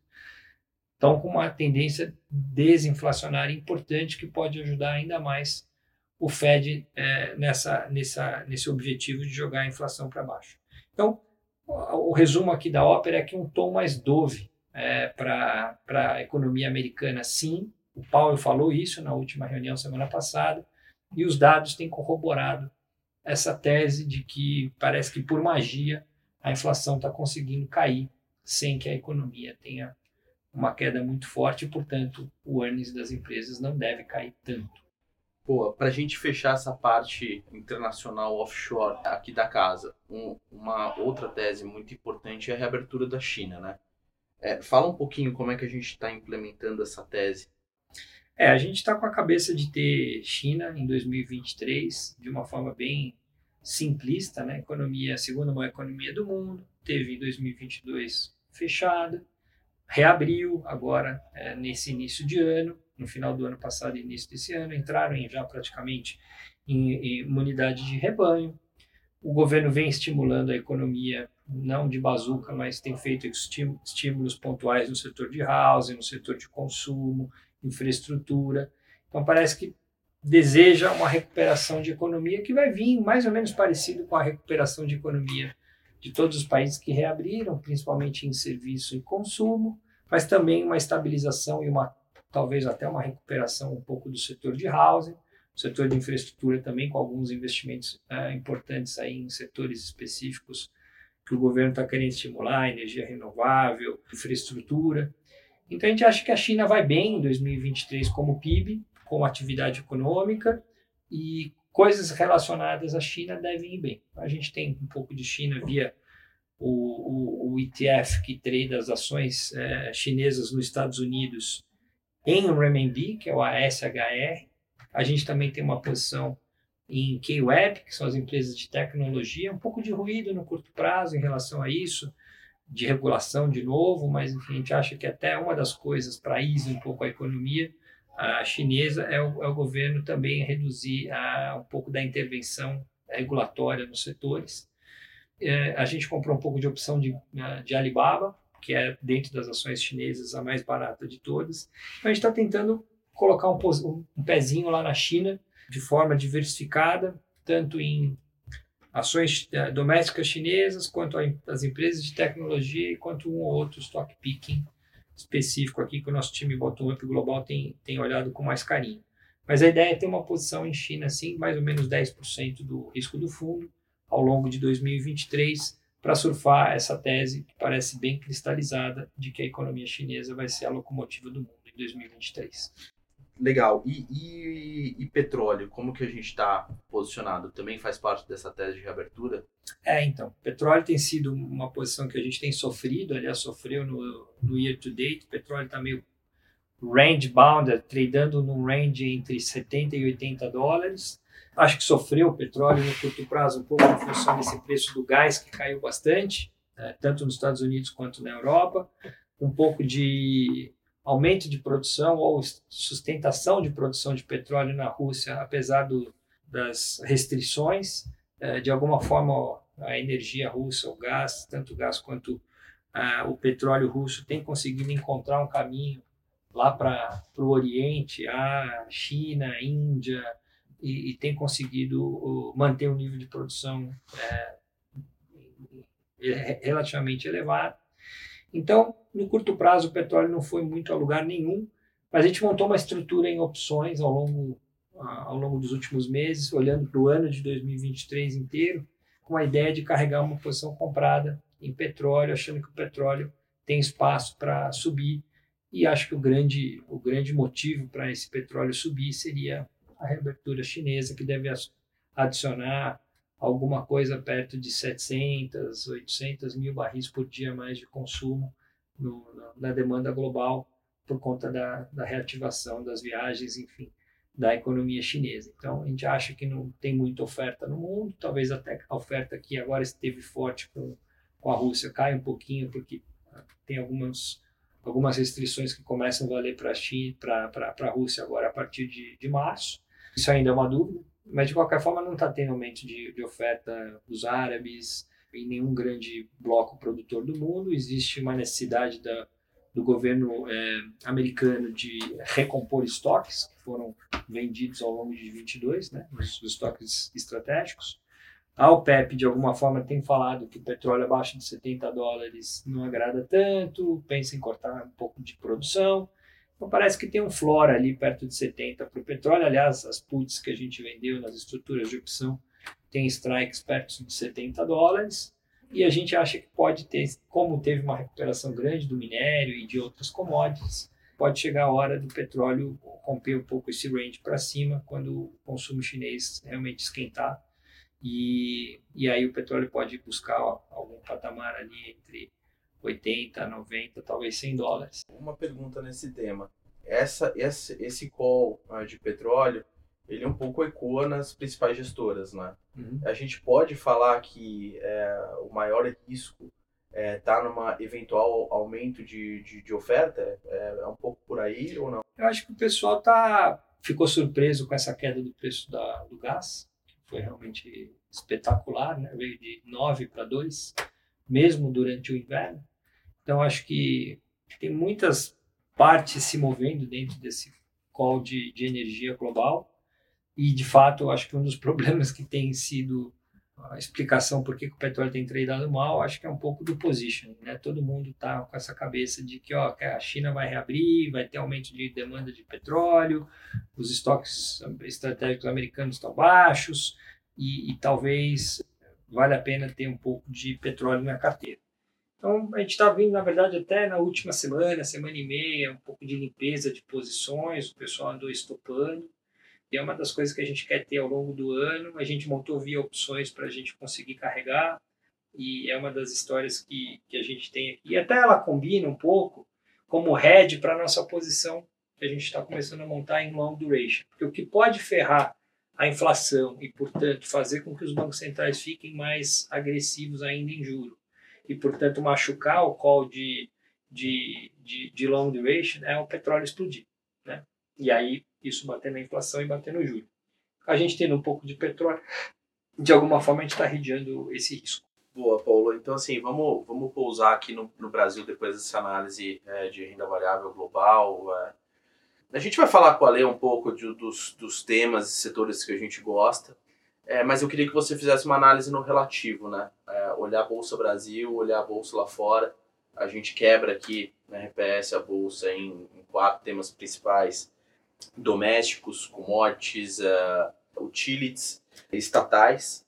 D: estão com uma tendência desinflacionária importante que pode ajudar ainda mais o Fed é, nessa, nessa, nesse objetivo de jogar a inflação para baixo. Então, o resumo aqui da ópera é que um tom mais dove é, para a economia americana, sim. O Powell falou isso na última reunião semana passada e os dados têm corroborado essa tese de que parece que, por magia, a inflação está conseguindo cair sem que a economia tenha uma queda muito forte e, portanto, o earnings das empresas não deve cair tanto.
B: Pô, para a gente fechar essa parte internacional offshore aqui da casa, um, uma outra tese muito importante é a reabertura da China, né? É, fala um pouquinho como é que a gente está implementando essa tese.
D: É, a gente está com a cabeça de ter China em dois mil e vinte e três de uma forma bem simplista, né? Economia, a segunda maior economia do mundo, teve em dois mil e vinte e dois fechada, reabriu agora é, nesse início de ano, no final do ano passado e início desse ano, entraram em, já praticamente em, em imunidade de rebanho. O governo vem estimulando a economia, não de bazuca, mas tem feito estímulos pontuais no setor de housing, no setor de consumo, infraestrutura. Então parece que deseja uma recuperação de economia que vai vir mais ou menos parecido com a recuperação de economia de todos os países que reabriram, principalmente em serviço e consumo, mas também uma estabilização e uma talvez até uma recuperação um pouco do setor de housing, o setor de infraestrutura também, com alguns investimentos é, importantes aí em setores específicos que o governo está querendo estimular, energia renovável, infraestrutura. Então a gente acha que a China vai bem em dois mil e vinte e três como P I B, como atividade econômica, e coisas relacionadas à China devem ir bem. A gente tem um pouco de China via o, o, o E T F que trade as ações é, chinesas nos Estados Unidos em renminbi, que é o A S H R. A gente também tem uma posição em K-Web, que são as empresas de tecnologia, um pouco de ruído no curto prazo em relação a isso, de regulação de novo, mas enfim, a gente acha que até uma das coisas para easing um pouco a economia a chinesa é o, é o governo também reduzir a, um pouco da intervenção regulatória nos setores. É, a gente comprou um pouco de opção de, de Alibaba, que é, dentro das ações chinesas, a mais barata de todas. Então, a gente está tentando colocar um, um, um pezinho lá na China, de forma diversificada, tanto em ações uh, domésticas chinesas, quanto a, as empresas de tecnologia, e quanto um ou outro stock picking específico aqui, que o nosso time Bottom Up Global tem, tem olhado com mais carinho. Mas a ideia é ter uma posição em China, assim, mais ou menos dez por cento do risco do fundo ao longo de dois mil e vinte e três, para surfar essa tese que parece bem cristalizada de que a economia chinesa vai ser a locomotiva do mundo em dois mil e vinte e três.
B: Legal. E, e, e petróleo, como que a gente está posicionado? Também faz parte dessa tese de reabertura?
D: É, então, petróleo tem sido uma posição que a gente tem sofrido, aliás, sofreu no, no year to date. O petróleo está meio range bound, tradando num range entre setenta e oitenta dólares. Acho que sofreu o petróleo no curto prazo um pouco em função desse preço do gás que caiu bastante, né, tanto nos Estados Unidos quanto na Europa. Um pouco de aumento de produção ou sustentação de produção de petróleo na Rússia, apesar do, das restrições. De alguma forma, a energia russa, o gás, tanto o gás quanto uh, o petróleo russo, tem conseguido encontrar um caminho lá para o Oriente, a China, a Índia, e, e tem conseguido uh, manter um nível de produção uh, relativamente elevado. Então, no curto prazo, o petróleo não foi muito a lugar nenhum, mas a gente montou uma estrutura em opções ao longo, ao longo dos últimos meses, olhando para o ano de dois mil e vinte e três inteiro, com a ideia de carregar uma posição comprada em petróleo, achando que o petróleo tem espaço para subir, e acho que o grande, o grande motivo para esse petróleo subir seria a reabertura chinesa, que deve adicionar alguma coisa perto de setecentos, oitocentos mil barris por dia mais de consumo no, na demanda global por conta da, da reativação das viagens, enfim, da economia chinesa. Então, a gente acha que não tem muita oferta no mundo, talvez até a oferta que agora esteve forte com, com a Rússia caia um pouquinho, porque tem algumas, algumas restrições que começam a valer para a China, para a Rússia agora a partir de, de março. Isso ainda é uma dúvida. Mas, de qualquer forma, não está tendo aumento de, de oferta dos árabes em nenhum grande bloco produtor do mundo. Existe uma necessidade da, do governo é, americano de recompor estoques que foram vendidos ao longo de vinte e dois, né, os, os estoques estratégicos. A OPEP, de alguma forma, tem falado que o petróleo abaixo de setenta dólares não agrada tanto, pensa em cortar um pouco de produção. Então, parece que tem um floor ali perto de setenta para o petróleo. Aliás, as puts que a gente vendeu nas estruturas de opção tem strikes perto de setenta dólares. E a gente acha que pode ter, como teve uma recuperação grande do minério e de outras commodities, pode chegar a hora do petróleo romper um pouco esse range para cima quando o consumo chinês realmente esquentar. E, e aí o petróleo pode buscar algum patamar ali entre oitenta, noventa, talvez cem dólares.
B: Uma pergunta nesse tema. Essa, esse, esse call uh, de petróleo, ele um pouco ecoa nas principais gestoras, né? Uhum. A gente pode falar que é, o maior risco está é, numa eventual aumento de, de, de oferta? É, é um pouco por aí ou não?
D: Eu acho que o pessoal tá, ficou surpreso com essa queda do preço da, do gás, que foi realmente espetacular, né? Veio de nove para dois, mesmo durante o inverno. Então, acho que tem muitas partes se movendo dentro desse call de, de energia global e, de fato, acho que um dos problemas que tem sido a explicação por que o petróleo tem tradado mal, acho que é um pouco do positioning, né? Todo mundo está com essa cabeça de que, ó, que a China vai reabrir, vai ter aumento de demanda de petróleo, os estoques estratégicos americanos estão baixos e, e talvez valha a pena ter um pouco de petróleo na carteira. Então, a gente está vindo, na verdade, até na última semana, semana e meia, um pouco de limpeza de posições, o pessoal andou estopando. E é uma das coisas que a gente quer ter ao longo do ano. A gente montou via opções para a gente conseguir carregar. E é uma das histórias que, que a gente tem aqui. E até ela combina um pouco como hedge para a nossa posição que a gente está começando a montar em long duration. Porque o que pode ferrar a inflação e, portanto, fazer com que os bancos centrais fiquem mais agressivos ainda em juros, e, portanto, machucar o call de, de, de, de long duration é o petróleo explodir, né? E aí isso bater na inflação e bater no juro. A gente tendo um pouco de petróleo, de alguma forma a gente está redeando esse risco.
B: Boa, Paulo. Então, assim, vamos, vamos pousar aqui no, no Brasil depois dessa análise é, de renda variável global. É. A gente vai falar com a Lê um pouco de, dos, dos temas e setores que a gente gosta. É, mas eu queria que você fizesse uma análise no relativo, né? É, olhar a Bolsa Brasil, olhar a Bolsa lá fora. A gente quebra aqui na R P S a Bolsa em, em quatro temas principais. domésticos, commodities, uh, utilities, estatais.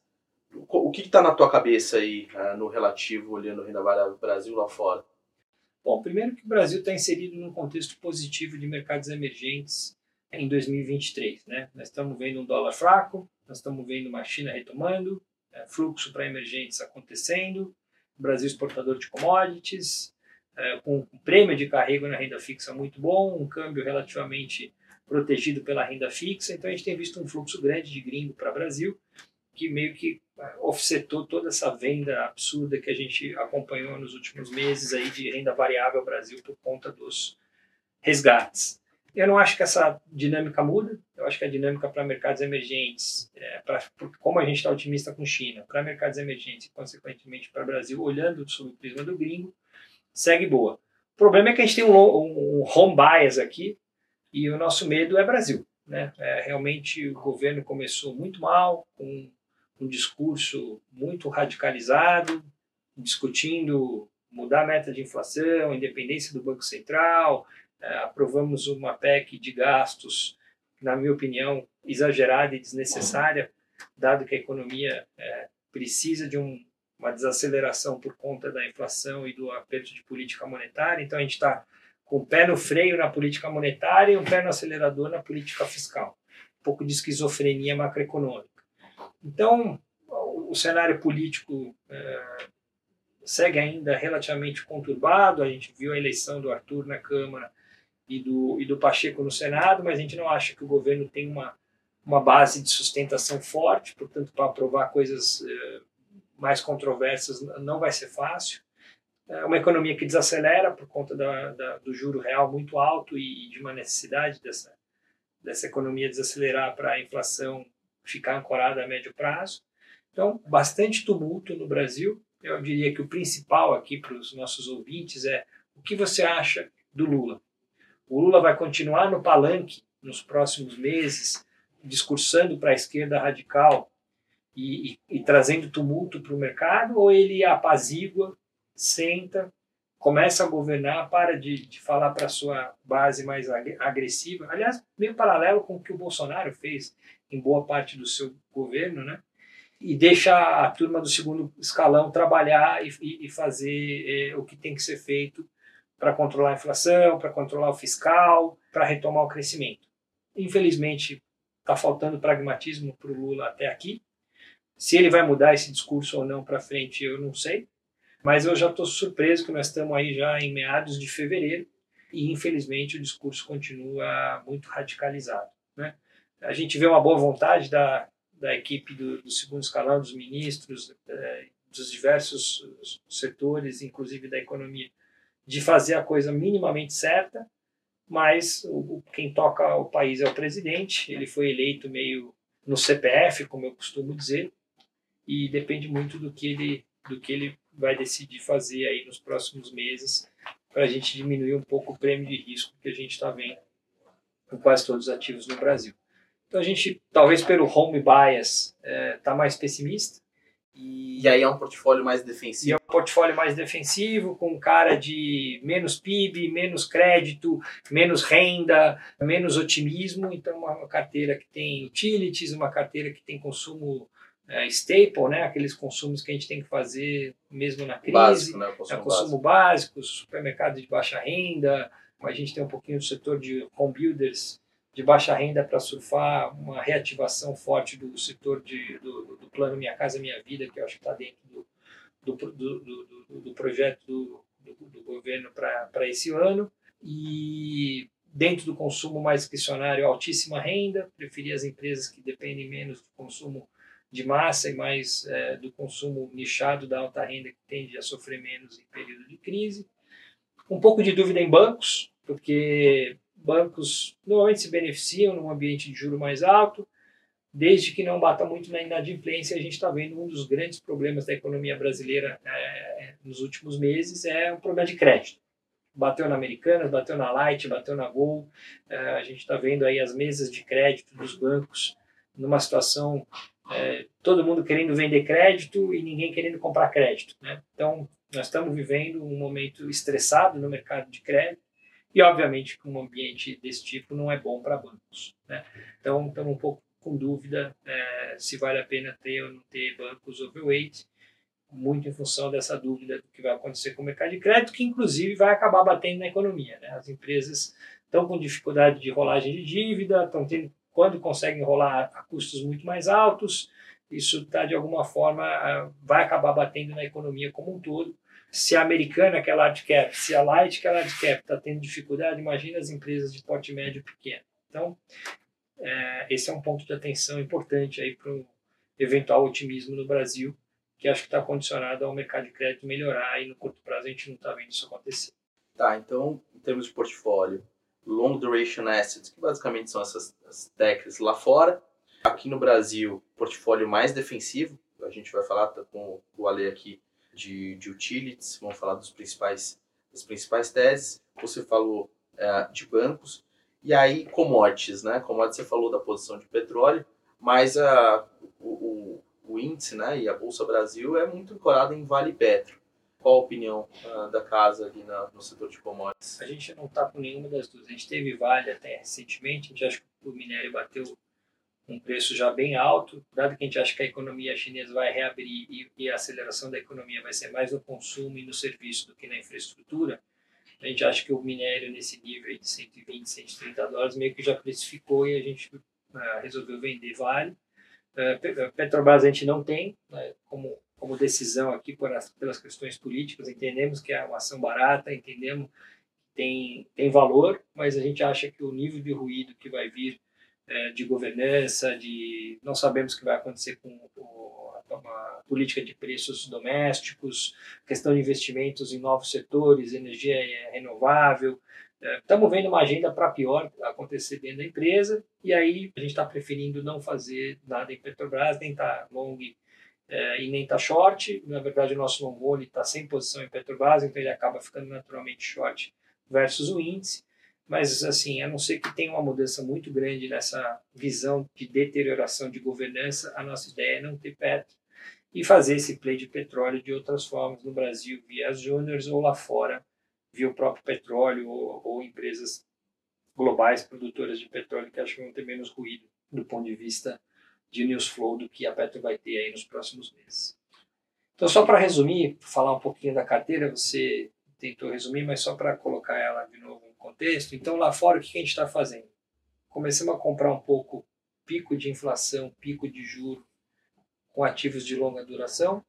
B: O que está na tua cabeça aí uh, no relativo, olhando renda variável Brasil lá fora?
D: Bom, primeiro que o Brasil está inserido num contexto positivo de mercados emergentes em dois mil e vinte e três. Né? Nós estamos vendo um dólar fraco, nós estamos vendo uma China retomando, é, fluxo para emergentes acontecendo, Brasil exportador de commodities, é, com um prêmio de carrego na renda fixa muito bom, um câmbio relativamente protegido pela renda fixa. Então a gente tem visto um fluxo grande de gringo para o Brasil, que meio que offsetou toda essa venda absurda que a gente acompanhou nos últimos meses aí de renda variável Brasil por conta dos resgates. Eu não acho que essa dinâmica muda, eu acho que a dinâmica para mercados emergentes, é, pra, como a gente está otimista com China, para mercados emergentes e consequentemente para o Brasil, olhando sob o prisma do gringo, segue boa. O problema é que a gente tem um, um, um home bias aqui e o nosso medo é Brasil. Né? É, realmente o governo começou muito mal, com um discurso muito radicalizado, discutindo mudar a meta de inflação, independência do Banco Central, é, aprovamos uma P E C de gastos, na minha opinião, exagerada e desnecessária, dado que a economia é, precisa de um, uma desaceleração por conta da inflação e do aperto de política monetária. Então a gente está com o pé no freio na política monetária e um pé no acelerador na política fiscal. Um pouco de esquizofrenia macroeconômica. Então, o cenário político é, segue ainda relativamente conturbado. A gente viu a eleição do Arthur na Câmara e do, e do Pacheco no Senado, mas a gente não acha que o governo tem uma, uma base de sustentação forte, portanto, para aprovar coisas é, mais controversas não vai ser fácil. É uma economia que desacelera por conta da, da, do juro real muito alto e de uma necessidade dessa, dessa economia desacelerar para a inflação ficar ancorada a médio prazo. Então, bastante tumulto no Brasil. Eu diria que o principal aqui para os nossos ouvintes é o que você acha do Lula? O Lula vai continuar no palanque nos próximos meses, discursando para a esquerda radical e, e, e trazendo tumulto para o mercado, ou ele apazigua, senta, começa a governar, para de, de falar para a sua base mais agressiva. Aliás, meio paralelo com o que o Bolsonaro fez em boa parte do seu governo, né? E deixa a turma do segundo escalão trabalhar e, e fazer é, o que tem que ser feito para controlar a inflação, para controlar o fiscal, para retomar o crescimento. Infelizmente, está faltando pragmatismo para o Lula até aqui. Se ele vai mudar esse discurso ou não para frente, eu não sei. Mas eu já estou surpreso que nós estamos aí já em meados de fevereiro e, infelizmente, o discurso continua muito radicalizado. Né? A gente vê uma boa vontade da, da equipe do, do segundo escalão, dos ministros, eh, dos diversos setores, inclusive da economia, de fazer a coisa minimamente certa, mas o, quem toca o país é o presidente. Ele foi eleito meio no C P F, como eu costumo dizer, e depende muito do que ele, do que ele vai decidir fazer aí nos próximos meses para a gente diminuir um pouco o prêmio de risco que a gente está vendo com quase todos os ativos no Brasil. Então a gente, talvez pelo home bias, está é, mais pessimista.
B: E... e aí é um portfólio mais defensivo.
D: E é um portfólio mais defensivo, com cara de menos P I B, menos crédito, menos renda, menos otimismo. Então uma carteira que tem utilities, uma carteira que tem consumo é, staple, né? Aqueles consumos que a gente tem que fazer mesmo na crise.
B: Básico, né? O consumo,
D: é, consumo
B: básico.
D: básico, supermercado de baixa renda. A gente tem um pouquinho do setor de home builders de baixa renda para surfar uma reativação forte do setor de, do, do plano Minha Casa Minha Vida, que eu acho que está dentro do, do, do, do, do projeto do, do, do governo para esse ano. E dentro do consumo mais discricionário, altíssima renda, preferir as empresas que dependem menos do consumo de massa e mais é, do consumo nichado da alta renda, que tende a sofrer menos em período de crise. Um pouco de dúvida em bancos, porque bancos normalmente se beneficiam num ambiente de juro mais alto, desde que não bata muito na inadimplência. A gente está vendo um dos grandes problemas da economia brasileira é, nos últimos meses é o problema de crédito. Bateu na Americanas, bateu na Light, bateu na Gol. É, a gente está vendo aí as mesas de crédito dos bancos numa situação, é, todo mundo querendo vender crédito e ninguém querendo comprar crédito. Né? Então, nós estamos vivendo um momento estressado no mercado de crédito. E, obviamente, que um ambiente desse tipo não é bom para bancos, né? Então, estamos um pouco com dúvida é, se vale a pena ter ou não ter bancos overweight, muito em função dessa dúvida do que vai acontecer com o mercado de crédito, que, inclusive, vai acabar batendo na economia, né? As empresas estão com dificuldade de rolagem de dívida, estão tendo, quando conseguem rolar a custos muito mais altos, isso tá, de alguma forma, vai acabar batendo na economia como um todo. Se a americana, que é large cap, se a light, que é large cap, está tendo dificuldade, imagina as empresas de porte médio e pequeno. Então, é, esse é um ponto de atenção importante aí para o eventual otimismo no Brasil, que acho que está condicionado ao mercado de crédito melhorar, e no curto prazo a gente não está vendo isso acontecer.
B: Tá, então, em termos de portfólio, long duration assets, que basicamente são essas as techs lá fora. Aqui no Brasil, portfólio mais defensivo, a gente vai falar com o Ale aqui de, de utilities, vamos falar dos principais, das principais teses. Você falou é, de bancos, e aí commodities, né? Commodities, você falou da posição de petróleo, mas a, o, o, o índice, né, e a Bolsa Brasil é muito ancorada em Vale Petro. Qual a opinião uh, da casa ali na, no setor de commodities?
D: A gente não está com nenhuma das duas. A gente teve Vale até recentemente, a gente acha que o minério bateu um preço já bem alto, dado que a gente acha que a economia chinesa vai reabrir e, e a aceleração da economia vai ser mais no consumo e no serviço do que na infraestrutura. A gente acha que o minério nesse nível de cento e vinte, cento e trinta dólares meio que já precificou, e a gente uh, resolveu vender Vale. Uh, Petrobras a gente não tem, né, como, como decisão aqui por as, pelas questões políticas. Entendemos que é uma ação barata, entendemos que tem, tem valor, mas a gente acha que o nível de ruído que vai vir de governança, de não sabemos o que vai acontecer com a política de preços domésticos, questão de investimentos em novos setores, energia renovável. Estamos vendo uma agenda para pior acontecer dentro da empresa, e aí a gente está preferindo não fazer nada em Petrobras, nem está long e nem está short. Na verdade, o nosso long only está sem posição em Petrobras, então ele acaba ficando naturalmente short versus o índice. Mas, assim, a não ser que tenha uma mudança muito grande nessa visão de deterioração de governança, a nossa ideia é não ter Petro e fazer esse play de petróleo de outras formas, no Brasil via as juniors, ou lá fora via o próprio petróleo, ou, ou empresas globais produtoras de petróleo, que acho que vão ter menos ruído do ponto de vista de news flow do que a Petro vai ter aí nos próximos meses. Então, só para resumir, falar um pouquinho da carteira, você tentou resumir, mas só para colocar ela de novo no contexto. Então, lá fora, o que a gente está fazendo? Começamos a comprar um pouco pico de inflação, pico de juro com ativos de longa duração.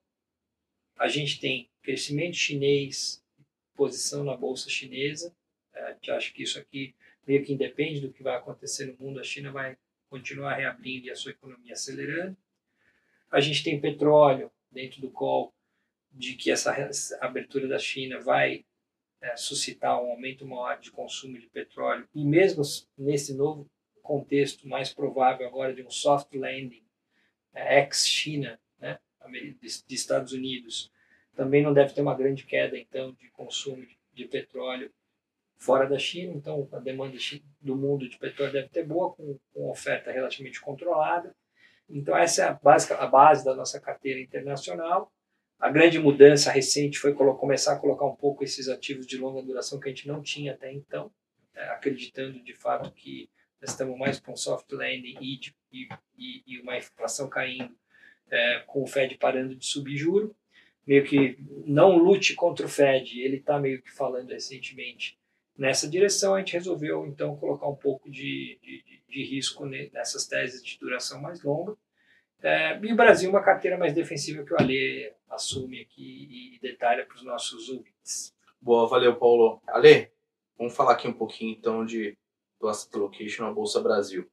D: A gente tem crescimento chinês, posição na bolsa chinesa. A gente acha que isso aqui meio que independe do que vai acontecer no mundo. A China vai continuar reabrindo e a sua economia acelerando. A gente tem petróleo dentro do call, de que essa abertura da China vai é, suscitar um aumento maior de consumo de petróleo, e mesmo nesse novo contexto mais provável agora de um soft landing é, ex-China, né, de, de Estados Unidos, também não deve ter uma grande queda então de consumo de, de petróleo fora da China. Então a demanda do mundo de petróleo deve ter boa, com, com oferta relativamente controlada. Então essa é a, básica, a base da nossa carteira internacional. A grande mudança recente foi começar a colocar um pouco esses ativos de longa duração que a gente não tinha até então, é, acreditando de fato que nós estamos mais com soft landing e, e, e, e uma inflação caindo, é, com o Fed parando de subir juro. Meio que não lute contra o Fed, ele está meio que falando recentemente nessa direção. A gente resolveu então colocar um pouco de, de, de risco nessas teses de duração mais longa. É, e o Brasil, uma carteira mais defensiva que o Ale assume aqui e detalha para os nossos ouvintes.
B: Boa, valeu, Paulo. Ale, vamos falar aqui um pouquinho então de do Asset Allocation na Bolsa Brasil.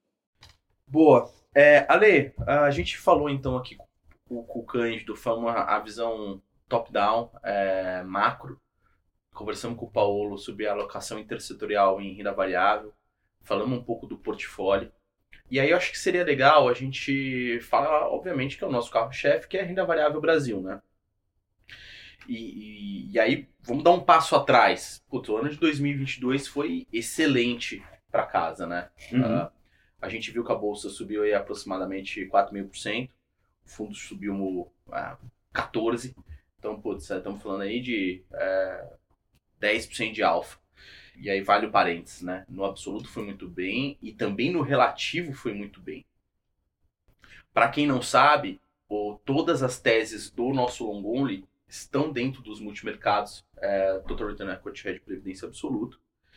B: Boa. É, Ale, a gente falou então aqui com, com o Cândido, falamos a visão top-down, é, macro. Conversamos com o Paulo sobre a alocação intersetorial em renda variável. Falamos um pouco do portfólio. E aí eu acho que seria legal a gente falar, obviamente, que é o nosso carro-chefe, que é a renda variável Brasil, né? E, e, e aí, vamos dar um passo atrás. Putz, o ano de dois mil e vinte e dois foi excelente para casa, né? Uhum. Uh, a gente viu que a bolsa subiu aí aproximadamente quatro mil por cento, o fundo subiu uh, quatorze por cento. Então, putz, estamos falando aí de uh, dez por cento de alfa. E aí vale o parênteses, né? No absoluto foi muito bem e também no relativo foi muito bem. Para quem não sabe, o, todas as teses do nosso long only estão dentro dos multimercados, é, Total Return Equity Hedge Previdência Absoluto.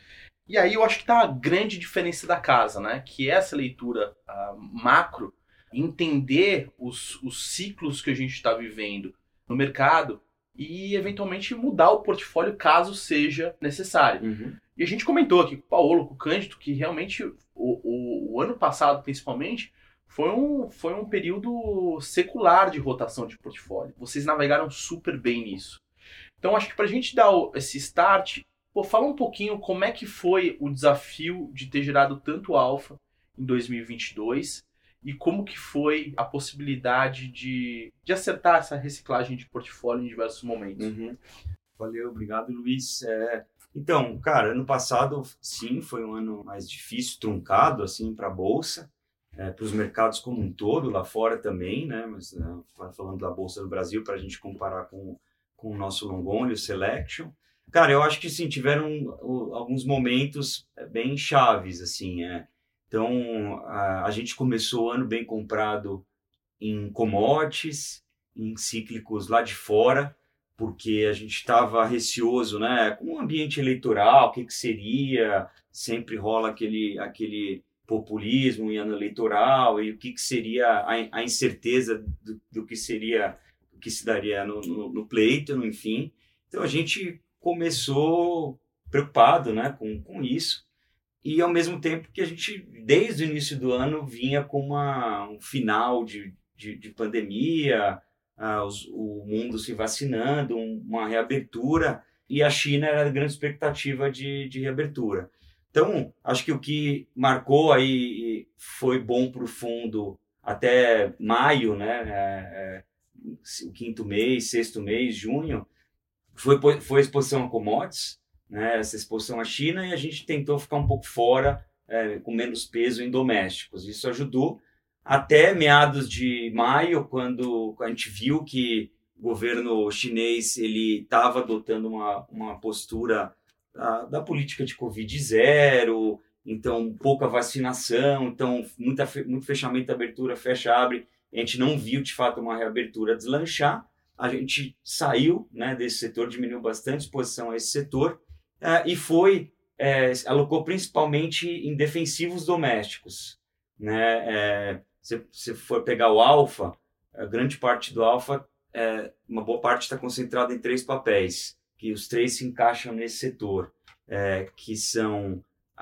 B: E aí eu acho que tá a grande diferença da casa, né? Que é essa leitura uh, macro, entender os, os ciclos que a gente está vivendo no mercado e eventualmente mudar o portfólio caso seja necessário.
E: Uhum.
B: E a gente comentou aqui com o Paolo, com o Cândido, que realmente o, o, o ano passado, principalmente, foi um, foi um período secular de rotação de portfólio. Vocês navegaram super bem nisso. Então acho que para a gente dar o, esse start... Pô, fala um pouquinho como é que foi o desafio de ter gerado tanto alfa em dois mil e vinte e dois e como que foi a possibilidade de, de acertar essa reciclagem de portfólio em diversos momentos.
E: Uhum. Valeu, obrigado, Luiz. É, então, cara, ano passado, sim, foi um ano mais difícil, truncado, assim, para a Bolsa, é, para os mercados como um todo, lá fora também, né? Mas né, falando da Bolsa do Brasil, para a gente comparar com, com o nosso long only, o Selection. Cara, eu acho que sim, tiveram uh, alguns momentos bem chaves, assim, é. Então, a, a gente começou o ano bem comprado em commodities, em cíclicos lá de fora, porque a gente estava receoso, né, com o ambiente eleitoral, o que, que seria, sempre rola aquele, aquele populismo em ano eleitoral, e o que, que seria a, a incerteza do, do que seria, o que se daria no, no, no pleito, no, enfim. Então, a gente começou preocupado, né, com, com isso, e ao mesmo tempo que a gente, desde o início do ano, vinha com uma, um final de, de, de pandemia, ah, os, o mundo se vacinando, um, uma reabertura, e a China era a grande expectativa de, de reabertura. Então, acho que o que marcou aí foi bom para o fundo até maio, né, é, é, o quinto mês, sexto mês, junho, Foi, foi a exposição a commodities, né, essa exposição à China, e a gente tentou ficar um pouco fora, é, com menos peso em domésticos. Isso ajudou até meados de maio, quando a gente viu que o governo chinês estava adotando uma, uma postura da, da política de Covid zero, então pouca vacinação, então muita, muito fechamento, abertura, fecha, abre. A gente não viu, de fato, uma reabertura deslanchar. A gente saiu, né, desse setor, diminuiu bastante exposição a esse setor uh, e foi, é, alocou principalmente em defensivos domésticos. Né? É, se você for pegar o alfa, a grande parte do alfa, é, uma boa parte está concentrada em três papéis, que os três se encaixam nesse setor, é, que são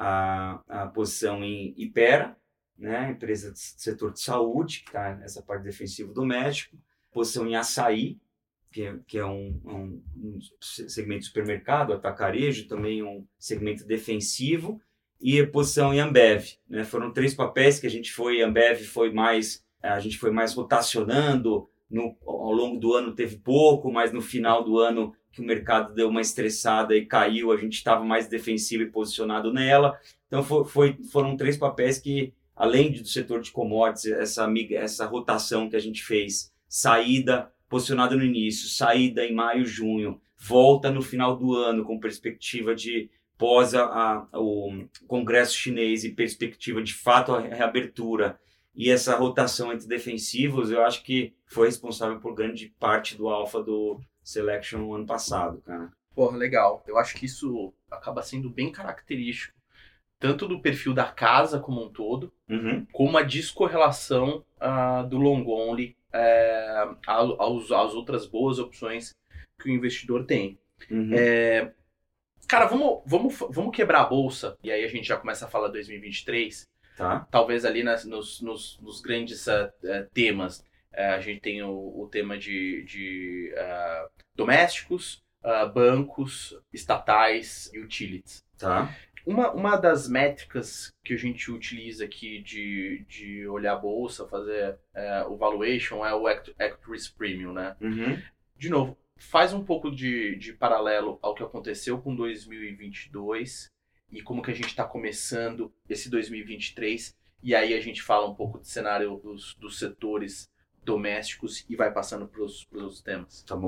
E: a, a posição em Hypera, né, empresa do setor de saúde, que está nessa parte defensivo doméstico, posição em Açaí, que é, que é um, um, um segmento de supermercado, atacarejo, também um segmento defensivo, e a posição em Ambev. Né? Foram três papéis que a gente foi, Ambev foi mais, a gente foi mais rotacionando, no, ao longo do ano teve pouco, mas no final do ano que o mercado deu uma estressada e caiu, a gente estava mais defensivo e posicionado nela. Então foi, foi, foram três papéis que, além do setor de commodities, essa, essa rotação que a gente fez, saída posicionada no início, saída em maio, junho, volta no final do ano com perspectiva de pós a, a, o Congresso Chinês e perspectiva de fato a reabertura e essa rotação entre defensivos, eu acho que foi responsável por grande parte do alfa do Selection no ano passado, cara.
B: Porra, legal. Eu acho que isso acaba sendo bem característico tanto do perfil da casa como um todo,
E: uhum.
B: como a descorrelação uh, do long only É, aos, às outras boas opções que o investidor tem.
E: Uhum.
B: É, cara, vamos, vamos, vamos quebrar a bolsa, e aí a gente já começa a falar dois mil e vinte e três,
E: tá.
B: Talvez ali nas, nos, nos, nos grandes uh, uh, temas. Uh, a gente tem o, o tema de, de uh, domésticos, uh, bancos, estatais e utilities.
E: Tá.
B: Uma, uma das métricas que a gente utiliza aqui de, de olhar a bolsa, fazer é, o valuation, é o Equity Risk Premium, né?
E: Uhum.
B: De novo, faz um pouco de, de paralelo ao que aconteceu com dois mil e vinte e dois e como que a gente está começando esse dois mil e vinte e três, e aí a gente fala um pouco do cenário dos, dos setores domésticos e vai passando para os temas.
E: Tá bom.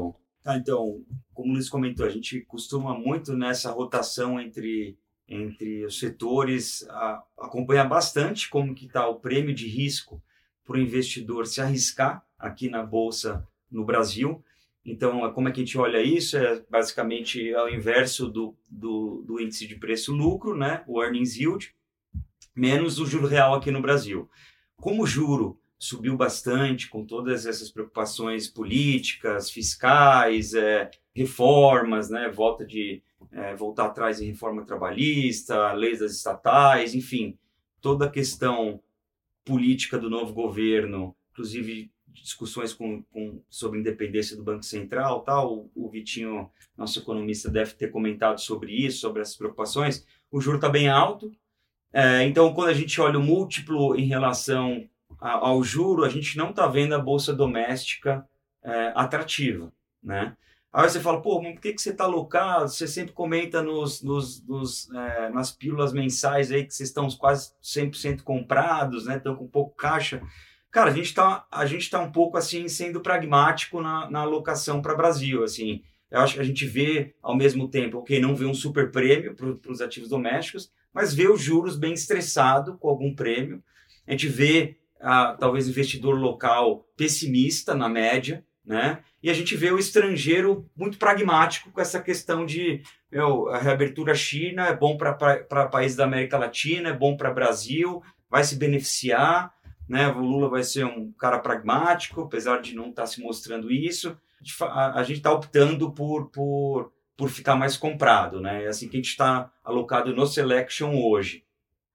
E: Ah, então, como o Luiz comentou, a gente costuma muito nessa rotação entre, entre os setores a, acompanhar bastante como que está o prêmio de risco para o investidor se arriscar aqui na Bolsa no Brasil. Então, como é que a gente olha isso? É basicamente ao inverso do, do, do índice de preço-lucro, né? O earnings yield, menos o juro real aqui no Brasil. Como o juro subiu bastante com todas essas preocupações políticas, fiscais, é, reformas, né, volta de é, voltar atrás em reforma trabalhista, leis das estatais, enfim, toda a questão política do novo governo, inclusive discussões com, com, sobre a independência do Banco Central, tal. O, o Vitinho, nosso economista, deve ter comentado sobre isso, sobre essas preocupações. O juro está bem alto, é, então quando a gente olha o múltiplo em relação ao juro, a gente não está vendo a bolsa doméstica é, atrativa, né? Aí você fala, pô, mas por que, que você está alocado? Você sempre comenta nos, nos, nos, é, nas pílulas mensais aí que vocês estão quase cem por cento comprados, né? Estão com pouco caixa. Cara, a gente está a gente tá um pouco assim sendo pragmático na, na alocação para o Brasil, assim. Eu acho que a gente vê ao mesmo tempo, ok, não vê um super prêmio para os ativos domésticos, mas vê os juros bem estressado com algum prêmio. A gente vê Ah, talvez investidor local pessimista na média, né? E a gente vê o estrangeiro muito pragmático com essa questão de meu, a reabertura China é bom para países da América Latina, é bom para o Brasil, vai se beneficiar, né? O Lula vai ser um cara pragmático, apesar de não estar se mostrando isso. A, a gente está optando por, por, por ficar mais comprado, né? É assim que a gente está alocado no Selection hoje.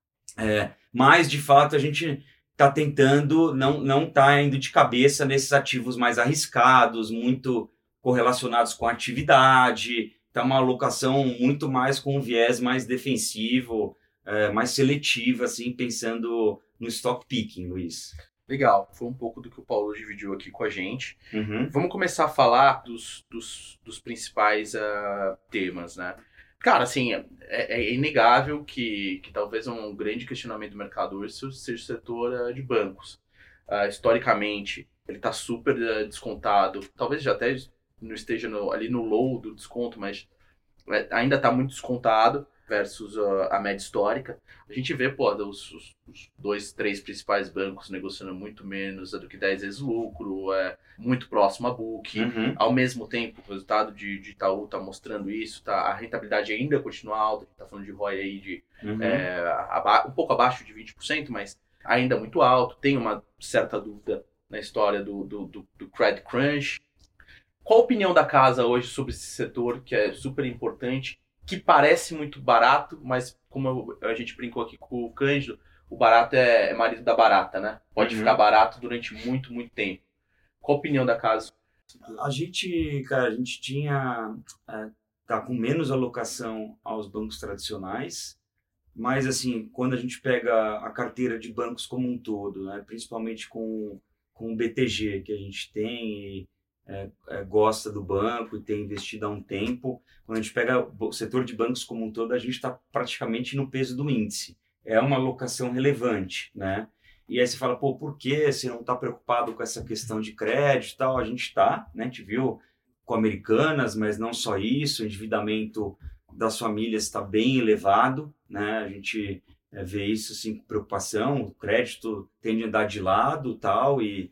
E: É, mas, de fato, a gente está tentando, não não está indo de cabeça nesses ativos mais arriscados, muito correlacionados com a atividade, está uma alocação muito mais com um viés mais defensivo, é, mais seletivo, assim, pensando no stock picking, Luiz.
B: Legal, foi um pouco do que o Paulo dividiu aqui com a gente.
E: Uhum.
B: Vamos começar a falar dos, dos, dos principais uh, temas, né? Cara, assim, é, é inegável que, que talvez um grande questionamento do mercado hoje seja o setor uh, de bancos. Uh, historicamente, ele está super uh, descontado. Talvez já até não esteja no, ali no low do desconto, mas é, ainda está muito descontado versus uh, a média histórica. A gente vê, pô, os, os, os dois, três principais bancos negociando muito menos do que dez vezes lucro, é, muito próximo a book.
E: Uhum.
B: Ao mesmo tempo, o resultado de, de Itaú está mostrando isso, tá, a rentabilidade ainda continua alta, a gente está falando de R O I aí de,
E: Uhum.
B: é, aba- um pouco abaixo de vinte por cento, mas ainda muito alto. Tem uma certa dúvida na história do, do, do, do credit crunch. Qual a opinião da casa hoje sobre esse setor, que é super importante, que parece muito barato, mas como eu, a gente brincou aqui com o Cândido, o barato é, é marido da barata, né? Pode
E: Uhum.
B: ficar barato durante muito, muito tempo. Qual a opinião da casa?
E: A gente, cara, a gente tinha, é, tá com menos alocação aos bancos tradicionais, mas assim, quando a gente pega a carteira de bancos como um todo, né, principalmente com, com o B T G que a gente tem e é, é, gosta do banco e tem investido há um tempo, quando a gente pega o setor de bancos como um todo, a gente está praticamente no peso do índice. É uma alocação relevante, né? E aí você fala, pô, por que você não está preocupado com essa questão de crédito e tal? A gente está, né? A gente viu com Americanas, mas não só isso, o endividamento das famílias está bem elevado, né? A gente é, vê isso assim, com preocupação, o crédito tende a andar de lado tal, e,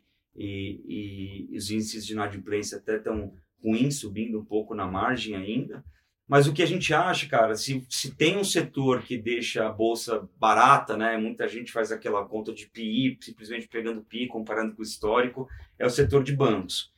E: e, e os índices de inadimplência até estão ruins, subindo um pouco na margem ainda. Mas o que a gente acha, cara, se, se tem um setor que deixa a bolsa barata, né? Muita gente faz aquela conta de P I, simplesmente pegando P I, comparando com o histórico, é o setor de bancos.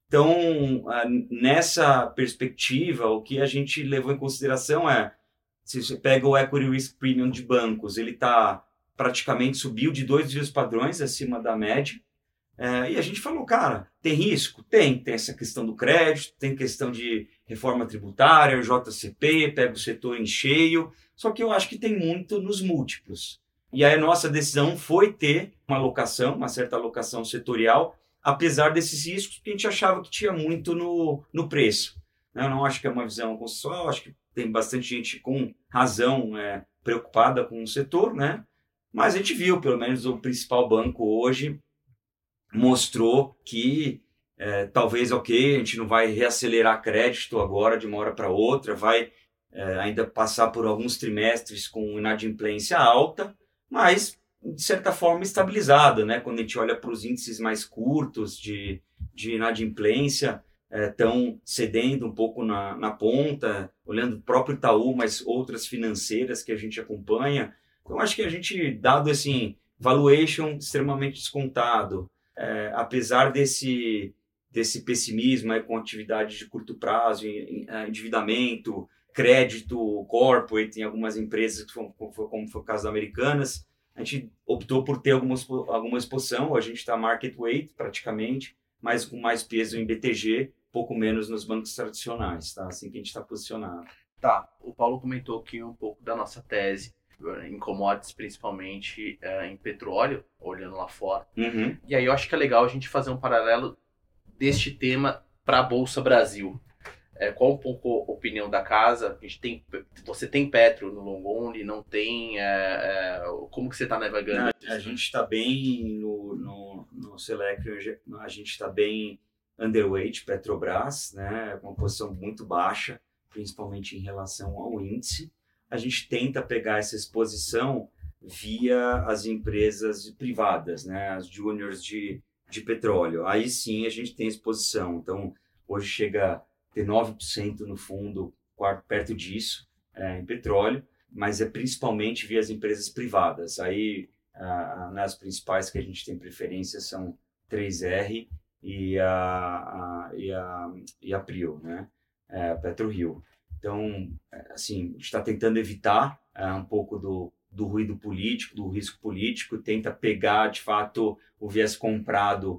E: Então, nessa perspectiva, o que a gente levou em consideração é, se você pega o Equity Risk Premium de bancos, ele está praticamente subiu de dois dias padrões acima da média. É, e a gente falou, cara, tem risco? Tem. Tem essa questão do crédito, tem questão de reforma tributária, J C P, pega o setor em cheio. Só que eu acho que tem muito nos múltiplos. E aí a nossa decisão foi ter uma alocação, uma certa alocação setorial, apesar desses riscos, porque a gente achava que tinha muito no, no preço. Eu não acho que é uma visão consensual, acho que tem bastante gente com razão é, preocupada com o setor, né? Mas a gente viu, pelo menos o principal banco hoje mostrou que é, talvez, ok, a gente não vai reacelerar crédito agora de uma hora para outra, vai é, ainda passar por alguns trimestres com inadimplência alta, mas de certa forma estabilizada, né? Quando a gente olha para os índices mais curtos de, de inadimplência, estão é, cedendo um pouco na, na ponta, olhando o próprio Itaú, mas outras financeiras que a gente acompanha. Então, acho que a gente, dado assim, valuation extremamente descontado, é, apesar desse, desse pessimismo aí, com atividade de curto prazo, endividamento, crédito corporate em algumas empresas, como foi o caso das Americanas, a gente optou por ter alguma, alguma exposição. A gente está market weight praticamente, mas com mais peso em B T G, pouco menos nos bancos tradicionais, tá? Assim que a gente está posicionado.
B: Tá, o Paulo comentou aqui um pouco da nossa tese em commodities, principalmente é, em petróleo, olhando lá fora.
E: Uhum.
B: E aí eu acho que é legal a gente fazer um paralelo deste tema para a Bolsa Brasil. É, qual um pouco a opinião da casa? A gente tem, você tem Petro no long only, não tem? É, é, como que você está navegando?
E: Não, a gente está bem no, no, no Select, a gente está bem underweight Petrobras, né, com uma posição muito baixa, principalmente em relação ao índice. A gente tenta pegar essa exposição via as empresas privadas, né, as juniors de, de petróleo. Aí sim a gente tem exposição. Então, hoje chega a ter nove por cento no fundo, perto disso, é, em petróleo, mas é principalmente via as empresas privadas. Aí, ah, nas principais que a gente tem preferência são três R e a, a, e a, e a Prio, né, é, a PetroRio. Então, assim, a gente está tentando evitar é, um pouco do, do ruído político, do risco político, tenta pegar, de fato, o viés comprado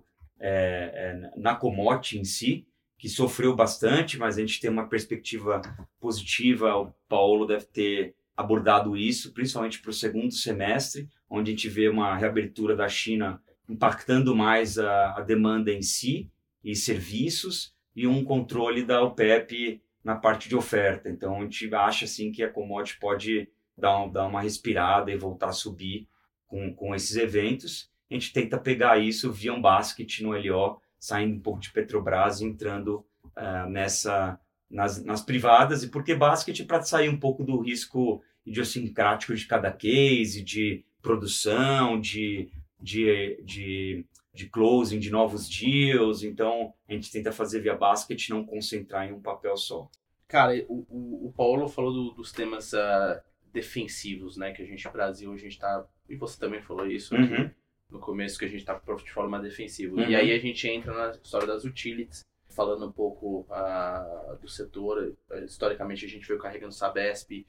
E: é, é, na commodity em si, que sofreu bastante, mas a gente tem uma perspectiva positiva. O Paulo deve ter abordado isso, principalmente para o segundo semestre, onde a gente vê uma reabertura da China impactando mais a, a demanda em si e serviços, e um controle da OPEP na parte de oferta. Então, a gente acha assim, que a commodity pode dar, um, dar uma respirada e voltar a subir com, com esses eventos. A gente tenta pegar isso via um basket no L O, saindo um pouco de Petrobras e entrando uh, nessa, nas, nas privadas. E por que basket? Para sair um pouco do risco idiosincrático de cada case, de produção, de, de, de, de closing de novos deals. Então, a gente tenta fazer via basket, não concentrar em um papel só.
B: Cara, o, o, o Paulo falou do, dos temas uh, defensivos, né? Que a gente, no Brasil, a gente está... E você também falou isso aqui.
E: Uhum.
B: No começo, que a gente está com o portfólio mais defensivo.
E: Uhum.
B: E aí a gente entra na história das utilities, falando um pouco uh, do setor. Historicamente, a gente veio carregando Sabesp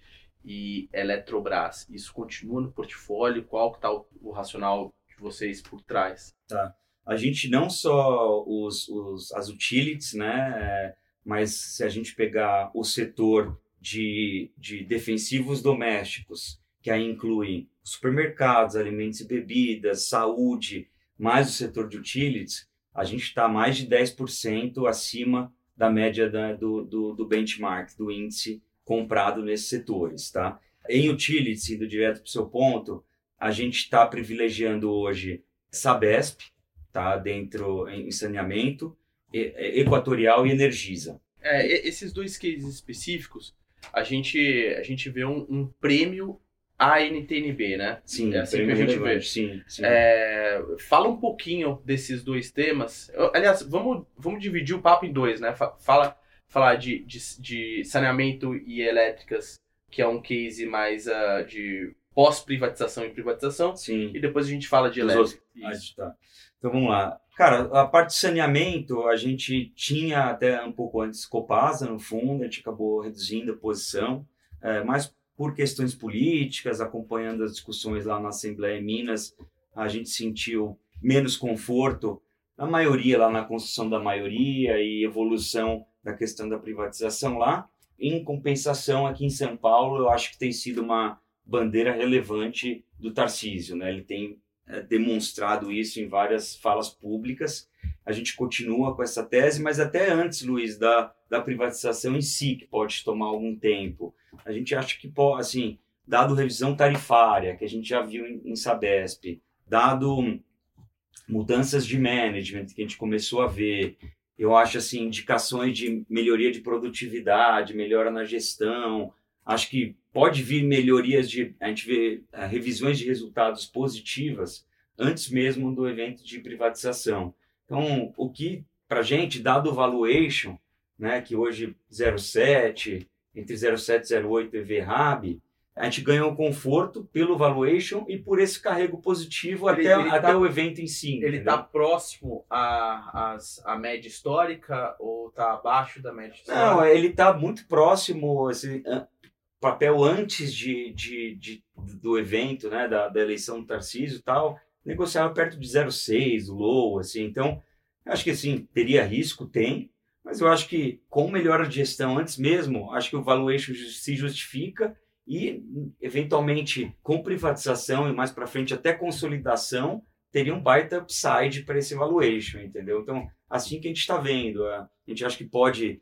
B: e Eletrobras. Isso continua no portfólio? Qual que está o, o racional de vocês por trás?
E: Tá. A gente não só os, os, as utilities, né? Mas se a gente pegar o setor de, de defensivos domésticos, que aí inclui supermercados, alimentos e bebidas, saúde, mais o setor de utilities, a gente está mais de dez por cento acima da média da, do, do, do benchmark, do índice comprado nesses setores. Tá? Em utilities, indo direto para o seu ponto, a gente está privilegiando hoje Sabesp, tá? Dentro em saneamento, Equatorial e Energisa.
B: É, esses dois cases específicos, a gente, a gente vê um, um prêmio a N T N B, né?
E: Sim,
B: é assim que a gente vê.
E: Sim, sim.
B: É, fala um pouquinho desses dois temas. Eu, aliás, vamos, vamos dividir o papo em dois, né? Fala, falar de, de, de saneamento e elétricas, que é um case mais uh, de pós-privatização e privatização.
E: Sim.
B: E depois a gente fala de elétrica.
E: Ah, tá. Então vamos lá. Cara, a parte de saneamento, a gente tinha até um pouco antes Copasa no fundo, a gente acabou reduzindo a posição, é, mas por questões políticas, acompanhando as discussões lá na Assembleia em Minas, a gente sentiu menos conforto, a maioria lá na construção da maioria e evolução da questão da privatização lá. Em compensação, aqui em São Paulo, eu acho que tem sido uma bandeira relevante do Tarcísio, né? Ele tem é, demonstrado isso em várias falas públicas. A gente continua com essa tese, mas até antes, Luiz, da, da privatização em si, que pode tomar algum tempo. A gente acha que, assim, dado revisão tarifária, que a gente já viu em, em Sabesp, dado mudanças de management que a gente começou a ver, eu acho assim, indicações de melhoria de produtividade, melhora na gestão. Acho que pode vir melhorias, de, a gente vê uh, revisões de resultados positivas antes mesmo do evento de privatização. Então, o que para a gente, dado o valuation, né, que hoje zero vírgula sete, entre zero vírgula sete e zero vírgula oito E V/RAB, a gente ganhou conforto pelo valuation e por esse carrego positivo ele, até, ele até tá, o evento em si.
B: Ele está próximo à, à, à média histórica ou está abaixo da média histórica?
E: Não, ele está muito próximo, esse papel antes de, de, de, do evento, né, da, da eleição do Tarcísio e tal, negociava perto de zero vírgula seis, o low, assim, então, acho que assim, teria risco, tem, mas eu acho que com melhora de gestão antes mesmo, acho que o valuation se justifica. E, eventualmente, com privatização e mais para frente até consolidação, teria um baita upside para esse valuation, entendeu? Então, assim que a gente está vendo, a gente acha que pode...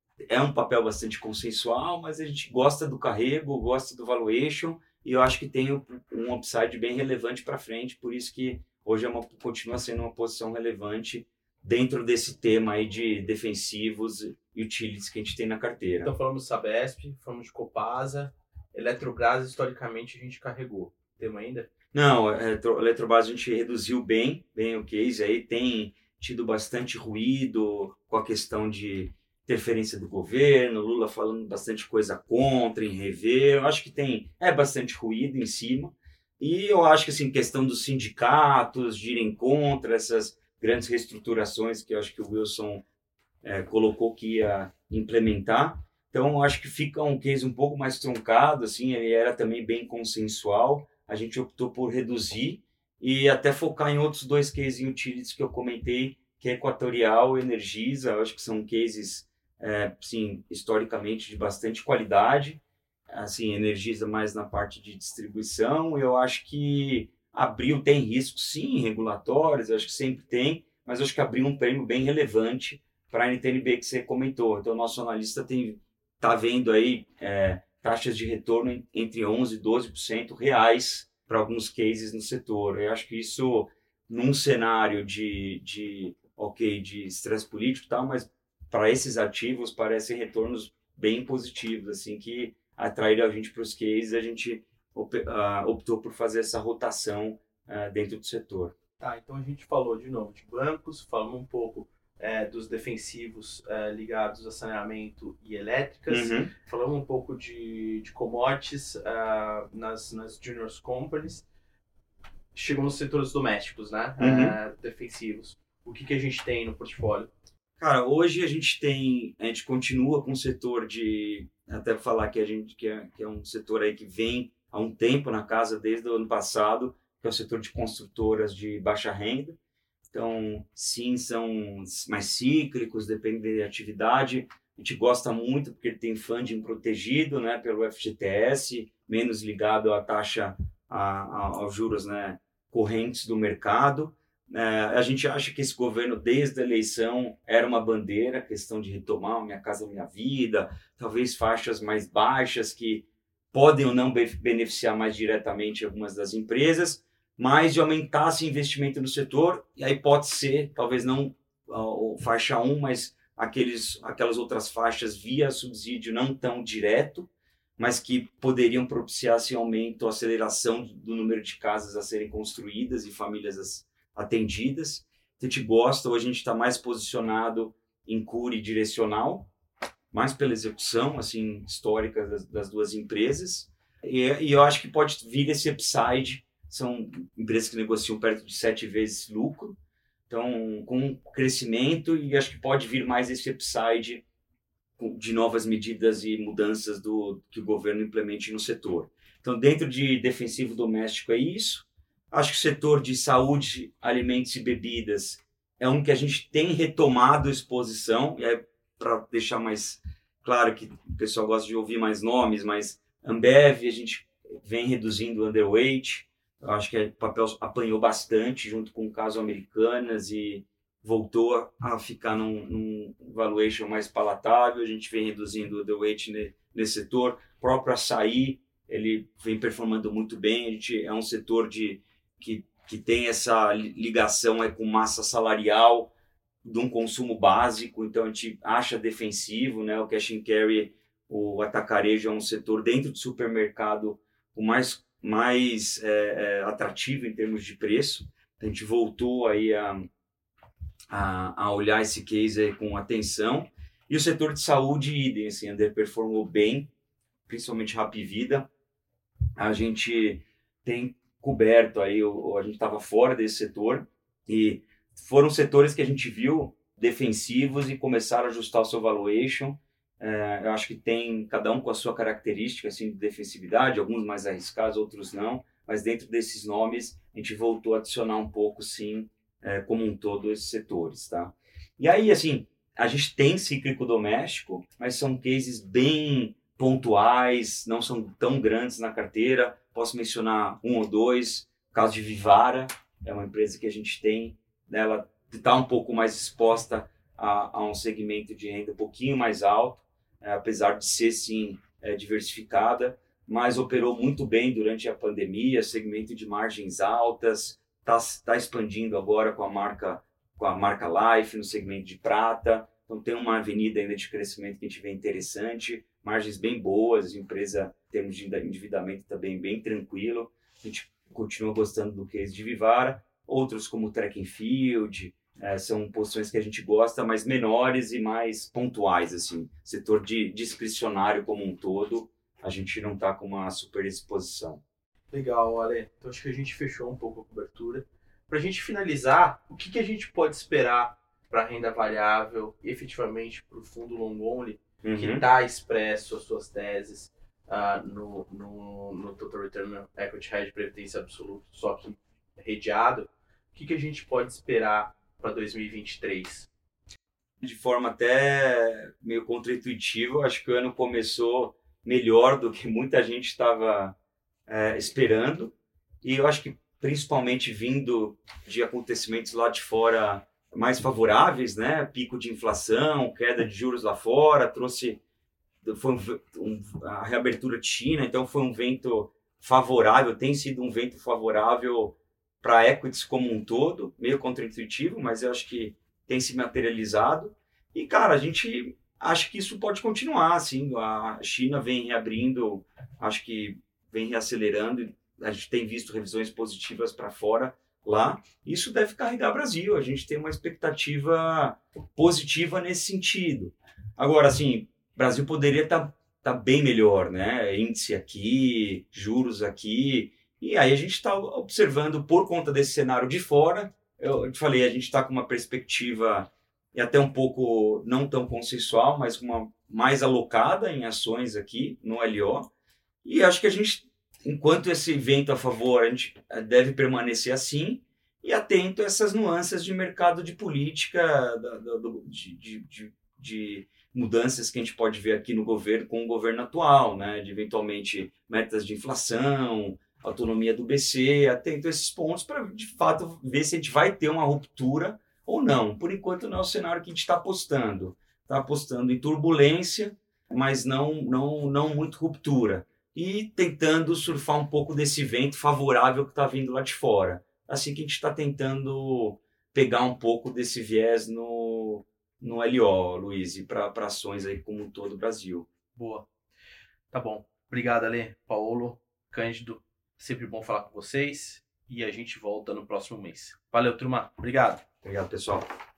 E: É um papel bastante consensual, mas a gente gosta do carrego, gosta do valuation, e eu acho que tem um upside bem relevante para frente, por isso que hoje é uma, continua sendo uma posição relevante dentro desse tema aí de defensivos e utilities que a gente tem na carteira.
B: Então, falamos do Sabesp, falamos de Copasa... Eletrobras, historicamente, a gente carregou. Tema ainda?
E: Não, a Eletrobras a gente reduziu bem, bem o case aí, tem tido bastante ruído com a questão de interferência do governo, Lula falando bastante coisa contra, em rever, eu acho que tem é bastante ruído em cima, e eu acho que assim, questão dos sindicatos, de irem contra essas grandes reestruturações que eu acho que o Wilson é, colocou que ia implementar. Então, acho que fica um case um pouco mais truncado, assim, ele era também bem consensual, a gente optou por reduzir e até focar em outros dois cases utilities que eu comentei, que é Equatorial e Energisa, eu acho que são cases, é, assim, historicamente de bastante qualidade, assim, Energisa mais na parte de distribuição, eu acho que Abril tem riscos, sim, regulatórios, eu acho que sempre tem, mas eu acho que Abril é um prêmio bem relevante para a N T N B que você comentou, então o nosso analista tem... está vendo aí é, taxas de retorno entre onze por cento e doze por cento reais para alguns cases no setor. Eu acho que isso, num cenário de, de ok, de estresse político e tal, mas para esses ativos parecem retornos bem positivos, assim, que atraíram a gente para os cases, a gente op, uh, optou por fazer essa rotação uh, dentro do setor.
B: Tá, então a gente falou de novo de bancos, falamos um pouco É, dos defensivos é, ligados a saneamento e elétricas.
E: Uhum.
B: Falamos um pouco de, de commodities uh, nas, nas juniors companies. Chegou nos setores domésticos, né?
E: Uhum.
B: Uh, defensivos. O que, que a gente tem no portfólio?
E: Cara, hoje a gente tem, a gente continua com o setor de, até falar que a gente que é, que é um setor aí que vem há um tempo na casa desde o ano passado, que é o setor de construtoras de baixa renda. Então, sim, são mais cíclicos, depende da atividade. A gente gosta muito porque ele tem funding protegido, né, pelo F G T S, menos ligado à taxa, a, a, aos juros, né, correntes do mercado. É, a gente acha que esse governo, desde a eleição, era uma bandeira, a questão de retomar Minha Casa Minha Vida, talvez faixas mais baixas que podem ou não beneficiar mais diretamente algumas das empresas, mas de aumentar esse investimento no setor, e aí pode ser, talvez não uh, faixa um, mas aqueles, aquelas outras faixas via subsídio não tão direto, mas que poderiam propiciar esse aumento, aceleração do número de casas a serem construídas e famílias atendidas. A gente gosta, hoje a gente está mais posicionado em cure direcional, mais pela execução assim, histórica das, das duas empresas, e, e eu acho que pode vir esse upside. São empresas que negociam perto de sete vezes lucro, então com crescimento, e acho que pode vir mais esse upside de novas medidas e mudanças do, que o governo implemente no setor. Então, dentro de defensivo doméstico é isso. Acho que o setor de saúde, alimentos e bebidas é um que a gente tem retomado exposição, e é para deixar mais claro que o pessoal gosta de ouvir mais nomes, mas Ambev a gente vem reduzindo o underweight. Eu acho que o papel apanhou bastante junto com o caso Americanas e voltou a ficar num, num valuation mais palatável. A gente vem reduzindo o underweight nesse setor. O próprio açaí, ele vem performando muito bem. A gente é um setor de, que, que tem essa ligação aí com massa salarial, de um consumo básico, então a gente acha defensivo, né? O cash and carry, o atacarejo é um setor dentro do supermercado o mais, mais é, é, atrativo em termos de preço. A gente voltou aí a, a, a olhar esse case aí com atenção. E o setor de saúde, idem, assim, underperformou bem, principalmente Hapvida. A gente tem coberto aí, a gente estava fora desse setor e foram setores que a gente viu defensivos e começaram a ajustar o seu valuation. É, eu acho que tem cada um com a sua característica assim, de defensividade, alguns mais arriscados, outros não, mas dentro desses nomes a gente voltou a adicionar um pouco, sim, é, como um todo, esses setores. Tá? E aí, assim, a gente tem cíclico doméstico, mas são cases bem pontuais, não são tão grandes na carteira. Posso mencionar um ou dois. O caso de Vivara, é uma empresa que a gente tem, ela está um pouco mais exposta a, a um segmento de renda um pouquinho mais alto, é, apesar de ser, sim, é, diversificada, mas operou muito bem durante a pandemia, segmento de margens altas, está tá expandindo agora com a marca com a marca Life no segmento de prata, então tem uma avenida ainda de crescimento que a gente vê interessante, margens bem boas, empresa em termos de endividamento também bem tranquilo, a gente continua gostando do case de Vivara, outros como Track and Field, é, são posições que a gente gosta, mas menores e mais pontuais, assim, setor de discricionário como um todo, a gente não está com uma super exposição.
B: Legal, Ale, então acho que a gente fechou um pouco a cobertura. Para a gente finalizar, o que, que a gente pode esperar para a renda variável, efetivamente para o fundo long only, uhum. que está expresso as suas teses uh, no, no, no Total Return Equity Hedge Previdência Absoluto, só que redeado, o que, que a gente pode esperar para dois mil e vinte e três?
E: De forma até meio contraintuitiva, acho que o ano começou melhor do que muita gente estava é, esperando, e eu acho que principalmente vindo de acontecimentos lá de fora mais favoráveis, né? Pico de inflação, queda de juros lá fora, trouxe foi um, um, a reabertura de China, então foi um vento favorável, tem sido um vento favorável para equities como um todo, meio contraintuitivo, mas eu acho que tem se materializado. E, cara, a gente acha que isso pode continuar, assim, a China vem reabrindo, acho que vem reacelerando, a gente tem visto revisões positivas para fora lá, isso deve carregar o Brasil, a gente tem uma expectativa positiva nesse sentido. Agora, assim, o Brasil poderia estar tá, tá bem melhor, né? Índice aqui, juros aqui, e aí a gente está observando por conta desse cenário de fora, eu te falei, a gente está com uma perspectiva e até um pouco não tão consensual, mas uma mais alocada em ações aqui no L O, e acho que a gente, enquanto esse vento a favor, a gente deve permanecer assim e atento a essas nuances de mercado de política, da, da, de, de, de, de mudanças que a gente pode ver aqui no governo com o governo atual, né? De eventualmente metas de inflação, autonomia do B C, atento a esses pontos para, de fato, ver se a gente vai ter uma ruptura ou não. Por enquanto, não é o cenário que a gente está apostando. Está apostando em turbulência, mas não, não, não muito ruptura. E tentando surfar um pouco desse vento favorável que está vindo lá de fora. Assim que a gente está tentando pegar um pouco desse viés no, no L O, Luiz, e para ações aí como todo o Brasil.
B: Boa. Tá bom. Obrigado, Ale, Paulo, Cândido. Sempre bom falar com vocês. E a gente volta no próximo mês. Valeu, turma. Obrigado.
E: Obrigado, pessoal.